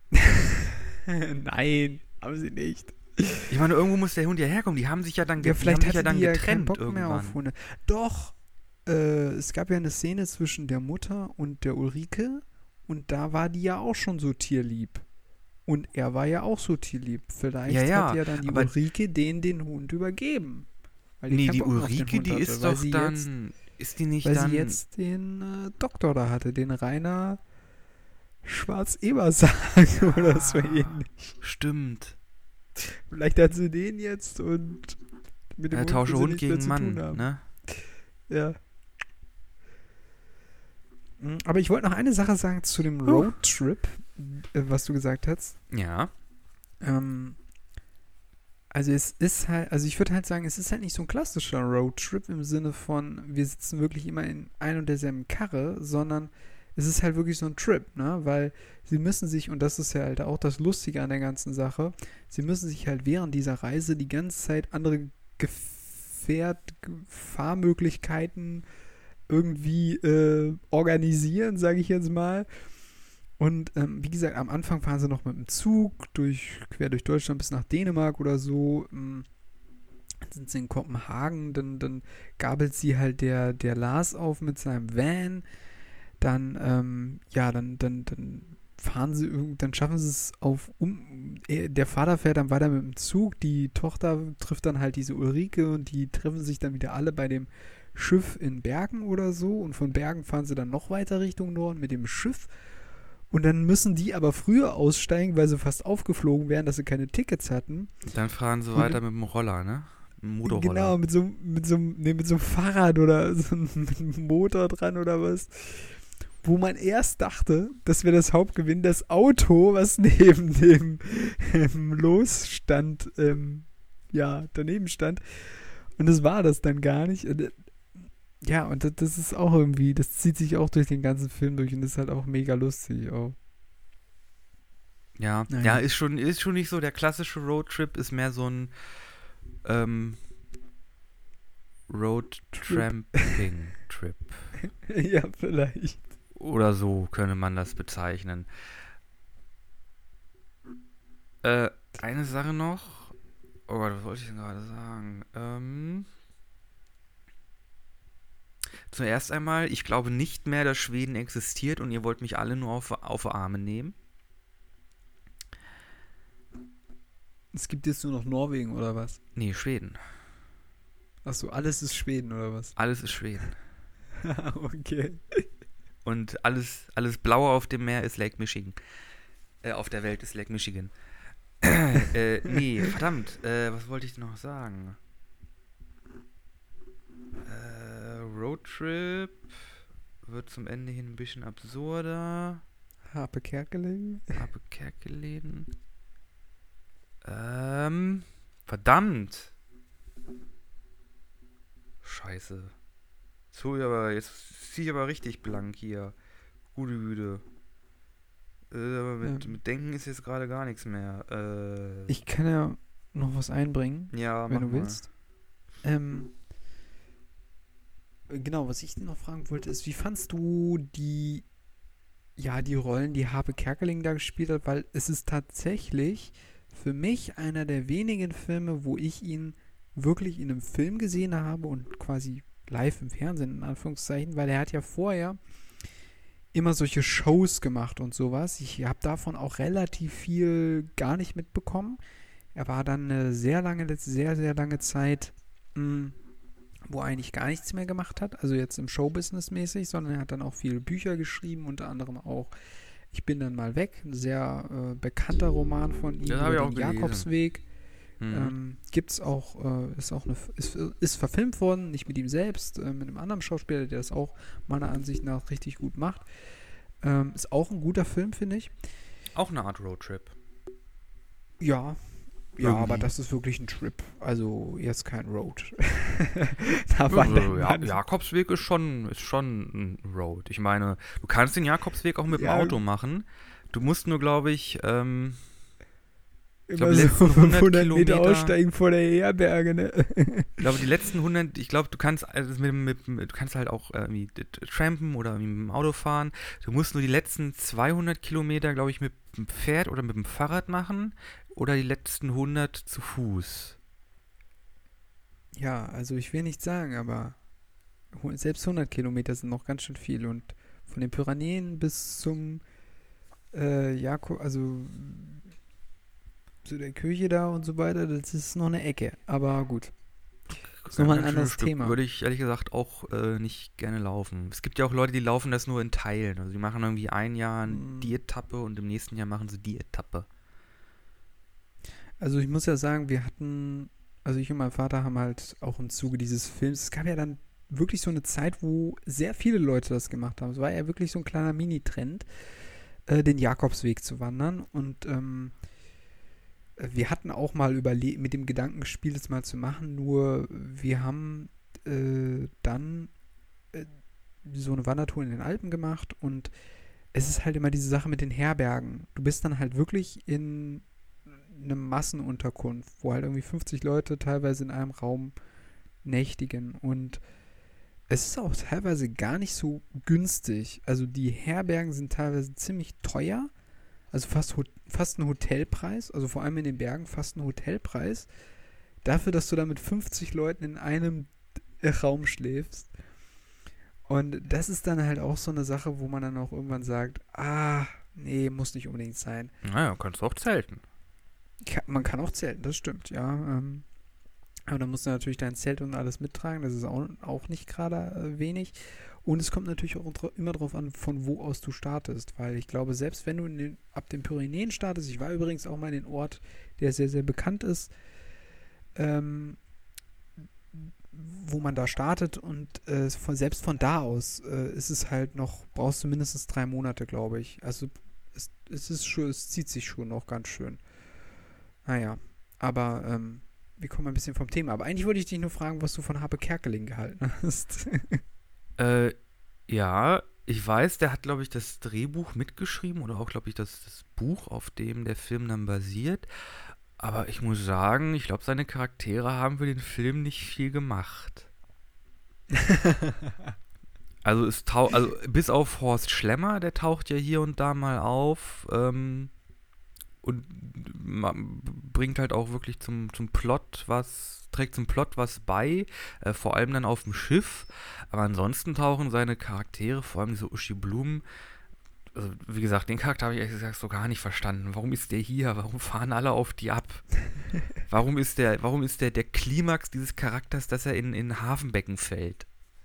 Nein, haben sie nicht. Ich meine, irgendwo muss der Hund ja herkommen. Die haben sich ja dann, Ja, vielleicht ja hatte dann die ja keinen getrennt Bock irgendwann. mehr auf Hunde. Doch, es gab ja eine Szene zwischen der Mutter und der Ulrike und da war die ja auch schon so tierlieb. Und er war ja auch so tierlieb. Vielleicht Ja, ja, hat ja dann die aber- Ulrike den Hund übergeben. Weil Nee, keinen die Bock mehr auf den Ulrike, Hund die hatte, ist weil doch sie jetzt, dann. Ist die nicht weil dann. sie jetzt den Doktor da hatte, den Rainer Schwarz-Ebersang oder so ähnlich. Stimmt. Vielleicht hat sie den jetzt und mit dem Tausche will sie Hund nichts mehr gegen zu Mann, tun haben. ne? Ja. Aber ich wollte noch eine Sache sagen zu dem Roadtrip, was du gesagt hast. Ja. Also es ist halt, also ich würde halt sagen, es ist halt nicht so ein klassischer Roadtrip im Sinne von, wir sitzen wirklich immer in ein und derselben Karre, sondern es ist halt wirklich so ein Trip, ne? Weil sie müssen sich, und das ist ja halt auch das Lustige an der ganzen Sache, sie müssen sich halt während dieser Reise die ganze Zeit andere Fahrmöglichkeiten irgendwie organisieren, sage ich jetzt mal. Und wie gesagt, am Anfang fahren sie noch mit dem Zug quer durch Deutschland bis nach Dänemark oder so. Dann sind sie in Kopenhagen, dann gabelt sie halt der Lars auf mit seinem Van. Dann fahren sie dann schaffen sie es der Vater fährt dann weiter mit dem Zug, die Tochter trifft dann halt diese Ulrike und die treffen sich dann wieder alle bei dem Schiff in Bergen oder so und von Bergen fahren sie dann noch weiter Richtung Norden mit dem Schiff. Und dann müssen die aber früher aussteigen, weil sie fast aufgeflogen wären, dass sie keine Tickets hatten. Dann fahren sie Und- weiter mit dem Roller, ne? Mit dem Motorroller. Genau, mit so einem Fahrrad oder so mit einem Motor dran oder was. Wo man erst dachte, das wäre das Hauptgewinn, das Auto, was neben dem Losstand, daneben stand. Und das war das dann gar nicht. Und, ja, und das ist auch irgendwie, das zieht sich auch durch den ganzen Film durch und ist halt auch mega lustig auch. Ja, Naja. ja, ist schon nicht so der klassische Roadtrip, ist mehr so ein Road-Tramping-Trip. Ja, vielleicht. Oder so könnte man das bezeichnen. Eine Sache noch. Oh Gott, was wollte ich denn gerade sagen? Zuerst einmal, ich glaube nicht mehr, dass Schweden existiert und ihr wollt mich alle nur auf Arme nehmen. Es gibt jetzt nur noch Norwegen oder was? Nee, Schweden. Achso, alles ist Schweden oder was? Alles ist Schweden. Okay. Und alles Blaue auf dem Meer ist Lake Michigan. Auf der Welt ist Lake Michigan. Nee, verdammt. Was wollte ich noch sagen? Roadtrip wird zum Ende hin ein bisschen absurder. Harpe Kerkeling. Habe Kerkeläden. Verdammt. Scheiße. Jetzt zieh ich aber richtig blank hier. Gute Güte. Mit Denken ist jetzt gerade gar nichts mehr. Ich kann ja noch was einbringen, Ja, wenn mach du mal. willst. Genau, was ich noch fragen wollte, ist, wie fandst du die Rollen, die Harpe Kerkeling da gespielt hat? Weil es ist tatsächlich für mich einer der wenigen Filme, wo ich ihn wirklich in einem Film gesehen habe und quasi live im Fernsehen, in Anführungszeichen, weil er hat ja vorher immer solche Shows gemacht und sowas. Ich habe davon auch relativ viel gar nicht mitbekommen. Er war dann eine sehr, sehr lange Zeit, wo er eigentlich gar nichts mehr gemacht hat, also jetzt im Showbusiness mäßig, sondern er hat dann auch viele Bücher geschrieben, unter anderem auch Ich bin dann mal weg, ein sehr bekannter Roman von ihm Das habe ich über auch den gelesen. Jakobsweg. Mhm. Gibt's auch, ist verfilmt worden, nicht mit ihm selbst, mit einem anderen Schauspieler, der das auch meiner Ansicht nach richtig gut macht. Ist auch ein guter Film, finde ich. Auch eine Art Roadtrip. Ja, ja, Irgendwie. aber das ist wirklich ein Trip. Also jetzt kein Road. Da wandert man. Jakobsweg ist schon ein Road. Ich meine, du kannst den Jakobsweg auch mit dem Ja. Auto machen. Du musst nur, glaube ich, Immer die so letzten 500 100 Meter Kilometer- aussteigen vor der Herberge, ne? ich glaube, die letzten 100, ich glaube, du kannst du kannst halt auch irgendwie trampen oder irgendwie mit dem Auto fahren. Du musst nur die letzten 200 Kilometer, glaube ich, mit dem Pferd oder mit dem Fahrrad machen oder die letzten 100 zu Fuß. Ja, also ich will nicht sagen, aber selbst 100 Kilometer sind noch ganz schön viel. Und von den Pyrenäen bis zum Jakob, also zu der Kirche da und so weiter, das ist noch eine Ecke. Aber gut, ist nochmal ein Ganz schönes anderes Stück. Thema. Würde ich ehrlich gesagt auch nicht gerne laufen. Es gibt ja auch Leute, die laufen das nur in Teilen. Also die machen irgendwie ein Jahr die Etappe und im nächsten Jahr machen sie die Etappe. Also ich muss ja sagen, also ich und mein Vater haben halt auch im Zuge dieses Films, es gab ja dann wirklich so eine Zeit, wo sehr viele Leute das gemacht haben. Es war ja wirklich so ein kleiner Mini-Trend, den Jakobsweg zu wandern. Und wir hatten auch mal mit dem Gedanken gespielt, es mal zu machen, nur wir haben dann so eine Wandertour in den Alpen gemacht und es ist halt immer diese Sache mit den Herbergen. Du bist dann halt wirklich in eine Massenunterkunft, wo halt irgendwie 50 Leute teilweise in einem Raum nächtigen und es ist auch teilweise gar nicht so günstig. Also die Herbergen sind teilweise ziemlich teuer, also fast ein Hotelpreis, also vor allem in den Bergen fast ein Hotelpreis, dafür, dass du da mit 50 Leuten in einem Raum schläfst. Und das ist dann halt auch so eine Sache, wo man dann auch irgendwann sagt, nee, muss nicht unbedingt sein. Naja, kannst du auch zelten. Man kann auch zelten, das stimmt, ja. Aber dann musst du natürlich dein Zelt und alles mittragen, das ist auch nicht gerade wenig. Und es kommt natürlich auch immer darauf an, von wo aus du startest, weil ich glaube, selbst wenn du ab den Pyrenäen startest, ich war übrigens auch mal in den Ort, der sehr, sehr bekannt ist, wo man da startet und selbst von da aus ist es halt noch, brauchst du mindestens 3 Monate, glaube ich. Also es zieht sich schon noch ganz schön. Naja, aber wir kommen ein bisschen vom Thema. Aber eigentlich wollte ich dich nur fragen, was du von Harpe Kerkeling gehalten hast. Ja, ich weiß, der hat, glaube ich, das Drehbuch mitgeschrieben oder auch, glaube ich, das Buch, auf dem der Film dann basiert. Aber ich muss sagen, ich glaube, seine Charaktere haben für den Film nicht viel gemacht. Also bis auf Horst Schlemmer, der taucht ja hier und da mal auf und bringt halt auch wirklich trägt zum Plot was bei, vor allem dann auf dem Schiff. Aber ansonsten tauchen seine Charaktere, vor allem diese Uschi Blum, also wie gesagt, den Charakter habe ich ehrlich gesagt so gar nicht verstanden. Warum ist der hier? Warum fahren alle auf die ab? Warum ist der Klimax dieses Charakters, dass er in Hafenbecken fällt?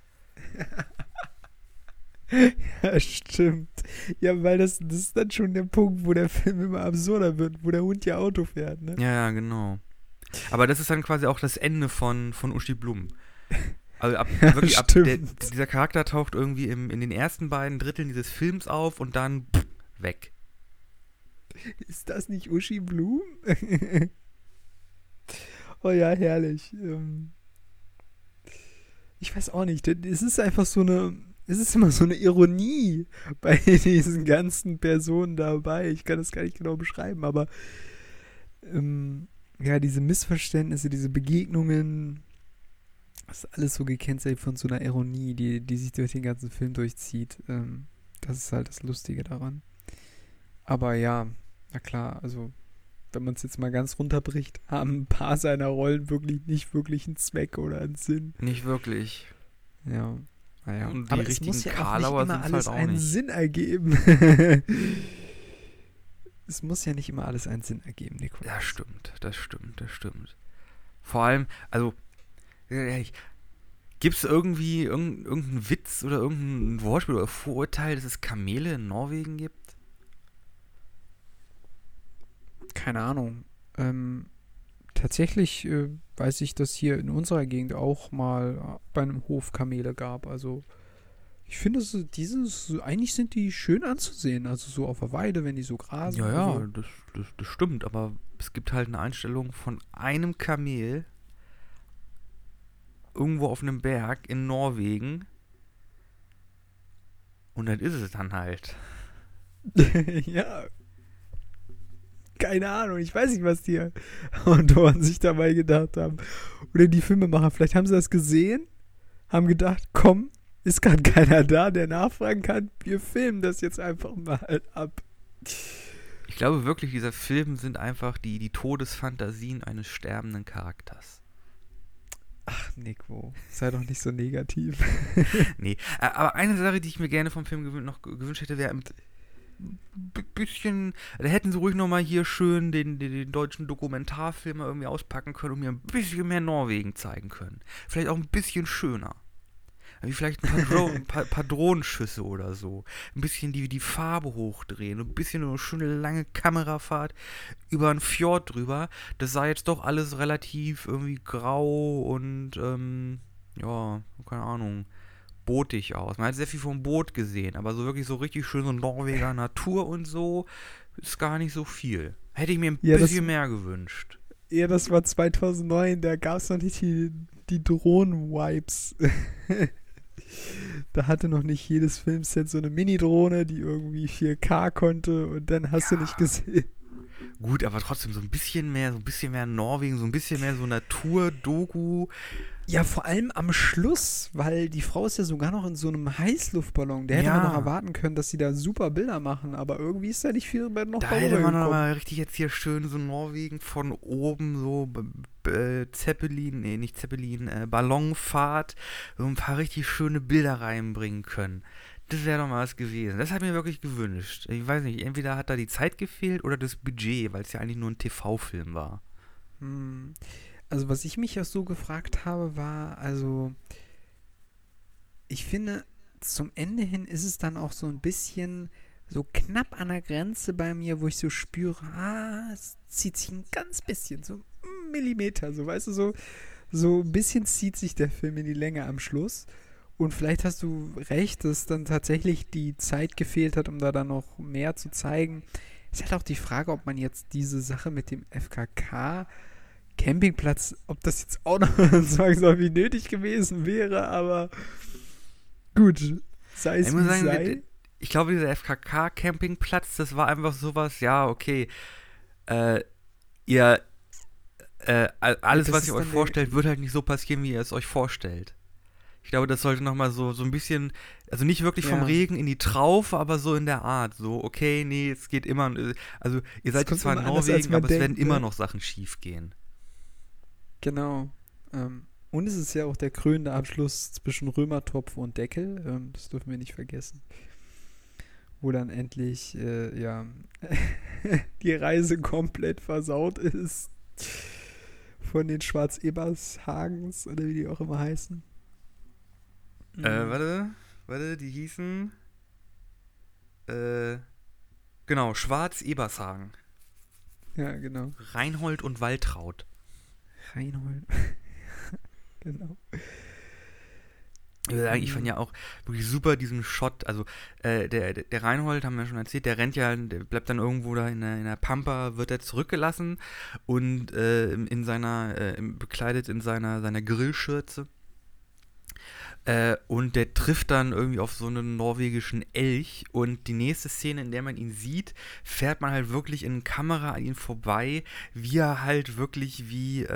Ja, stimmt. Ja, weil das ist dann schon der Punkt, wo der Film immer absurder wird, wo der Hund ja Auto fährt, ne? Ja, genau. Aber das ist dann quasi auch das Ende von Uschi Blum. Also dieser Charakter taucht irgendwie in den ersten beiden Dritteln dieses Films auf und dann weg. Ist das nicht Uschi Blum? Oh ja, herrlich. Ich weiß auch nicht. Es ist einfach es ist immer so eine Ironie bei diesen ganzen Personen dabei. Ich kann das gar nicht genau beschreiben, aber ja, diese Missverständnisse, diese Begegnungen, das ist alles so gekennzeichnet von so einer Ironie, die sich durch den ganzen Film durchzieht. Das ist halt das Lustige daran. Aber ja, na klar, also wenn man es jetzt mal ganz runterbricht, haben ein paar seiner Rollen nicht wirklich einen Zweck oder einen Sinn. Nicht wirklich. Ja, naja. Und die Aber es richtigen muss ja auch nicht Karlauer immer sind es alles halt auch einen nicht. Sinn ergeben. Es muss ja nicht immer alles einen Sinn ergeben, Das Nikolaus. stimmt, das stimmt, das stimmt. Vor allem, also, gibt es irgendwie irgendeinen Witz oder irgendein Wortspiel oder Vorurteil, dass es Kamele in Norwegen gibt? Keine Ahnung. Tatsächlich weiß ich, dass hier in unserer Gegend auch mal bei einem Hof Kamele gab. Also ich finde, eigentlich sind die schön anzusehen. Also so auf der Weide, wenn die so Ja, grasen. ja, Also das stimmt, aber es gibt halt eine Einstellung von einem Kamel irgendwo auf einem Berg in Norwegen und das ist es dann halt. ja, keine Ahnung. Ich weiß nicht, was die Autoren sich dabei gedacht haben. Oder die Filmemacher. Vielleicht haben sie das gesehen, haben gedacht, komm, ist gerade keiner da, der nachfragen kann. Wir filmen das jetzt einfach mal ab. Ich glaube wirklich, dieser Film sind einfach die Todesfantasien eines sterbenden Charakters. Ach, Nico, sei doch nicht so negativ. Nee, aber eine Sache, die ich mir gerne vom Film noch gewünscht hätte, wäre ein bisschen, da hätten sie ruhig nochmal hier schön den deutschen Dokumentarfilm mal irgendwie auspacken können und mir ein bisschen mehr Norwegen zeigen können. Vielleicht auch ein bisschen schöner. Wie vielleicht ein paar Drohnenschüsse oder so. Ein bisschen die Farbe hochdrehen. Ein bisschen eine schöne lange Kamerafahrt über einen Fjord drüber. Das sah jetzt doch alles relativ irgendwie grau und, ja, keine Ahnung, bootig aus. Man hat sehr viel vom Boot gesehen, aber so wirklich so richtig schön so Norweger Natur und so ist gar nicht so viel. Hätte ich mir ein Ja, bisschen mehr gewünscht. ja, das war 2009, da gab es noch nicht die Drohnen-Vibes. Da hatte noch nicht jedes Filmset so eine Mini-Drohne, die irgendwie 4K konnte und dann hast du nicht gesehen. Gut, aber trotzdem so ein bisschen mehr Norwegen, so ein bisschen mehr so Natur-Doku. Ja, vor allem am Schluss, weil die Frau ist ja sogar noch in so einem Heißluftballon. Der hätte man noch Ja, erwarten können, dass sie da super Bilder machen, aber irgendwie ist da nicht viel noch da darüber hätte man noch gekommen. mal richtig jetzt hier schön so Norwegen von oben so Zeppelin, nee, nicht Zeppelin, Ballonfahrt, so ein paar richtig schöne Bilder reinbringen können. Das wäre doch mal was gewesen. Das hat mir wirklich gewünscht. Ich weiß nicht, entweder hat da die Zeit gefehlt oder das Budget, weil es ja eigentlich nur ein TV-Film war. Hm. Also was ich mich ja so gefragt habe, war, also ich finde, zum Ende hin ist es dann auch so ein bisschen so knapp an der Grenze bei mir, wo ich so spüre, es zieht sich ein ganz bisschen, so ein Millimeter, so weißt du, so ein bisschen zieht sich der Film in die Länge am Schluss. Und vielleicht hast du recht, dass dann tatsächlich die Zeit gefehlt hat, um da dann noch mehr zu zeigen. Ist halt auch die Frage, ob man jetzt diese Sache mit dem FKK Campingplatz, ob das jetzt auch noch zwangsläufig nötig gewesen wäre, aber gut, sei Ich es muss wie es sagen, sei. ich glaube, dieser FKK-Campingplatz, das war einfach sowas, ja, okay, äh, ihr, Ja, alles, das was ihr ist euch dann der, vorstellt, wird halt nicht so passieren, wie ihr es euch vorstellt. Ich glaube, das sollte nochmal so ein bisschen, also nicht wirklich vom ja, Regen in die Traufe, aber so in der Art. So, okay, nee, es geht immer, also ihr es seid jetzt kommt zwar in immer anders, als Norwegen, man aber es werden denkt, immer ne? noch Sachen schief gehen. Genau. Und es ist ja auch der krönende Abschluss zwischen Römertopf und Deckel, das dürfen wir nicht vergessen. Wo dann endlich, ja, die Reise komplett versaut ist von den Schwarz-Ebershagens oder wie die auch immer heißen. Mhm. Warte, die hießen, äh, genau, Schwarz-Ebershagen. Ja, genau. Reinhold und Waltraud. Reinhold. Genau. Ich würde sagen, ich fand Mhm. ja auch wirklich super diesen Shot. Also, der Reinhold, haben wir ja schon erzählt, der rennt ja, der bleibt dann irgendwo da in der Pampa, wird er zurückgelassen und bekleidet in seiner Grillschürze. Und der trifft dann irgendwie auf so einen norwegischen Elch und die nächste Szene, in der man ihn sieht, fährt man halt wirklich in Kamera an ihn vorbei, wie er halt wirklich wie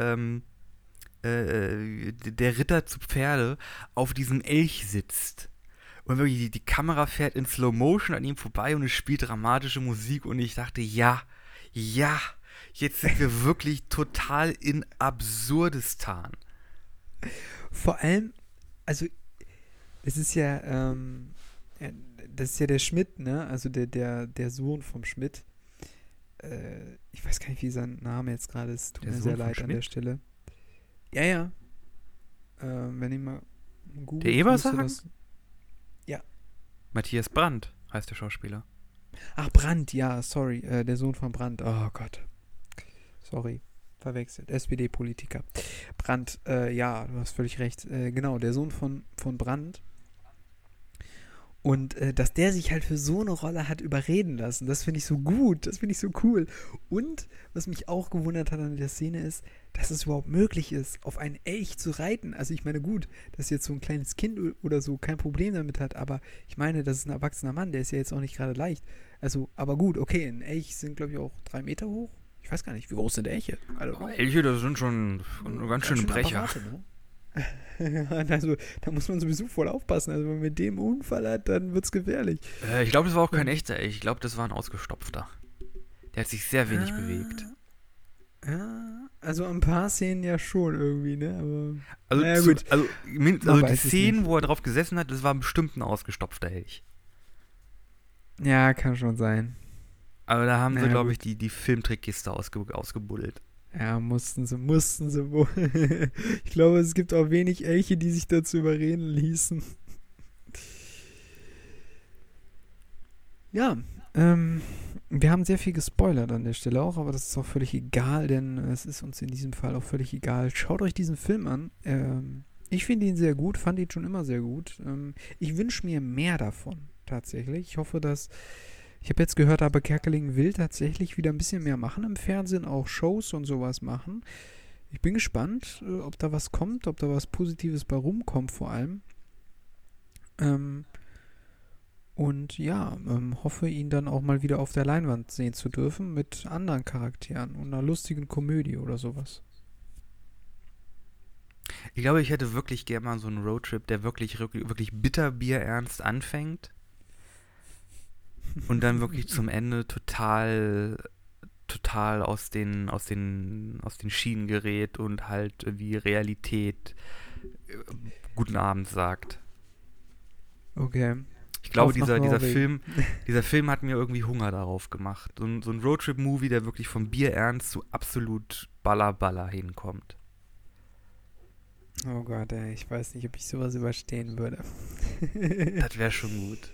der Ritter zu Pferde auf diesem Elch sitzt. Und wirklich die Kamera fährt in Slow Motion an ihm vorbei und es spielt dramatische Musik und ich dachte, ja, ja, jetzt sind wir wirklich total in Absurdistan. Vor allem, also Es ist ja, das ist ja der Schmidt, ne? Also der Sohn vom Schmidt. Ich weiß gar nicht, wie sein Name jetzt gerade ist. Tut Der mir Sohn sehr vom leid an der Schmidt? Stelle. Ja, ja. Wenn ich mal googelt, Der müsste Ebersagen? das. Ja. Matthias Brandt heißt der Schauspieler. Ach, Brandt, ja, sorry. Der Sohn von Brandt. Oh Gott. Sorry. Verwechselt. SPD-Politiker. Brandt, ja, du hast völlig recht. Genau, der Sohn von Brandt. Und dass der sich halt für so eine Rolle hat überreden lassen, das finde ich so gut, das finde ich so cool. Und was mich auch gewundert hat an der Szene ist, dass es überhaupt möglich ist, auf einen Elch zu reiten. Also ich meine, gut, dass jetzt so ein kleines Kind oder so kein Problem damit hat, aber ich meine, das ist ein erwachsener Mann, der ist ja jetzt auch nicht gerade leicht. Also, aber gut, okay, ein Elch sind, glaube ich, auch 3 Meter hoch. Ich weiß gar nicht, wie groß sind Elche? I don't know. Elche, das sind schon ganz schöne Brecher. Apparate, ne? Also, da muss man sowieso voll aufpassen. Also, wenn man mit dem Unfall hat, dann wird's gefährlich. Ich glaube, das war auch kein echter Elch. Ich glaube, das war ein ausgestopfter. Der hat sich sehr wenig bewegt. Ja, also ein paar Szenen ja schon irgendwie, ne? Aber Also, naja, gut. also die weiß es Szenen, nicht. wo er drauf gesessen hat, das war bestimmt ein ausgestopfter Elch. Ja, kann schon sein. Aber da haben sie, Naja, glaube gut. ich, die Filmtrickkiste ausgebuddelt. Ja, mussten sie wohl. Ich glaube, es gibt auch wenig Elche, die sich dazu überreden ließen. Ja, wir haben sehr viel gespoilert an der Stelle auch, aber das ist auch völlig egal, denn es ist uns in diesem Fall auch völlig egal. Schaut euch diesen Film an. Ich finde ihn sehr gut, fand ihn schon immer sehr gut. Ich wünsche mir mehr davon, tatsächlich. Ich hoffe, dass. Ich habe jetzt gehört, aber Kerkeling will tatsächlich wieder ein bisschen mehr machen im Fernsehen, auch Shows und sowas machen. Ich bin gespannt, ob da was kommt, ob da was Positives bei rumkommt vor allem. Und ja, hoffe ihn dann auch mal wieder auf der Leinwand sehen zu dürfen mit anderen Charakteren und einer lustigen Komödie oder sowas. Ich glaube, ich hätte wirklich gerne mal so einen Roadtrip, der wirklich bitterbierernst anfängt und dann wirklich zum Ende total aus den Schienen gerät und halt wie Realität guten Abend sagt. Okay. Ich glaube, Auf nach dieser Norwegen. Film hat mir irgendwie Hunger darauf gemacht. So ein Roadtrip-Movie, der wirklich vom Bierernst zu absolut Baller hinkommt. Oh Gott, ey, ich weiß nicht, ob ich sowas überstehen würde. Das wäre schon gut.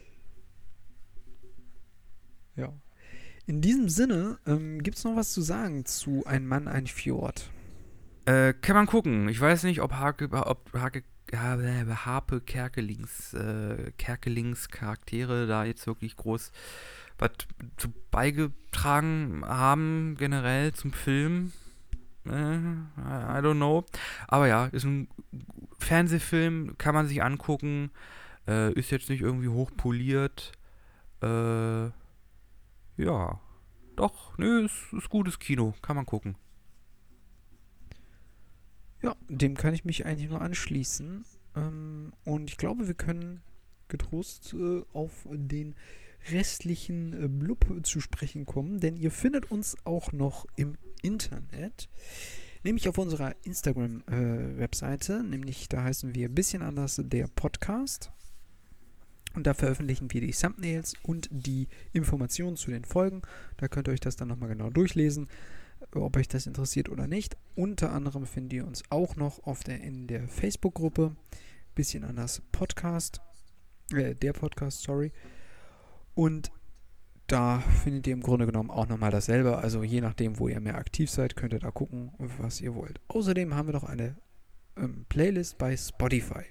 Ja. In diesem Sinne, gibt es noch was zu sagen zu Ein Mann, ein Fjord? Kann man gucken. Ich weiß nicht, ob Harpe Kerkelings Charaktere da jetzt wirklich groß was zu beigetragen haben, generell zum Film. I don't know. Aber ja, ist ein Fernsehfilm, kann man sich angucken. Ist jetzt nicht irgendwie hochpoliert. Ja. Doch, nö, ist gutes Kino. Kann man gucken. Ja, dem kann ich mich eigentlich nur anschließen. Und ich glaube, wir können getrost auf den restlichen Blub zu sprechen kommen, denn ihr findet uns auch noch im Internet, nämlich auf unserer Instagram-Webseite, nämlich da heißen wir bisschen anders der Podcast. Und da veröffentlichen wir die Thumbnails und die Informationen zu den Folgen. Da könnt ihr euch das dann nochmal genau durchlesen, ob euch das interessiert oder nicht. Unter anderem findet ihr uns auch noch in der Facebook-Gruppe bisschen anders Podcast, der Podcast, sorry. Und da findet ihr im Grunde genommen auch nochmal dasselbe. Also je nachdem, wo ihr mehr aktiv seid, könnt ihr da gucken, was ihr wollt. Außerdem haben wir noch eine Playlist bei Spotify.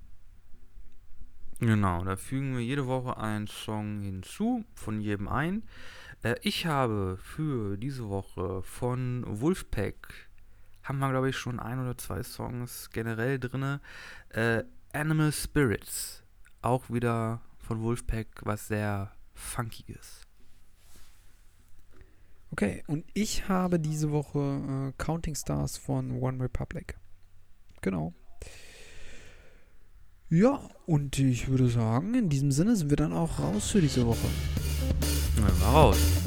Genau, da fügen wir jede Woche einen Song hinzu, von jedem ein. Ich habe für diese Woche von Wolfpack, haben wir glaube ich schon 1 oder 2 Songs generell drin, Animal Spirits, auch wieder von Wolfpack, was sehr funky ist. Okay, und ich habe diese Woche Counting Stars von One Republic. Genau. Ja, und ich würde sagen, in diesem Sinne sind wir dann auch raus für diese Woche. Na, mal raus.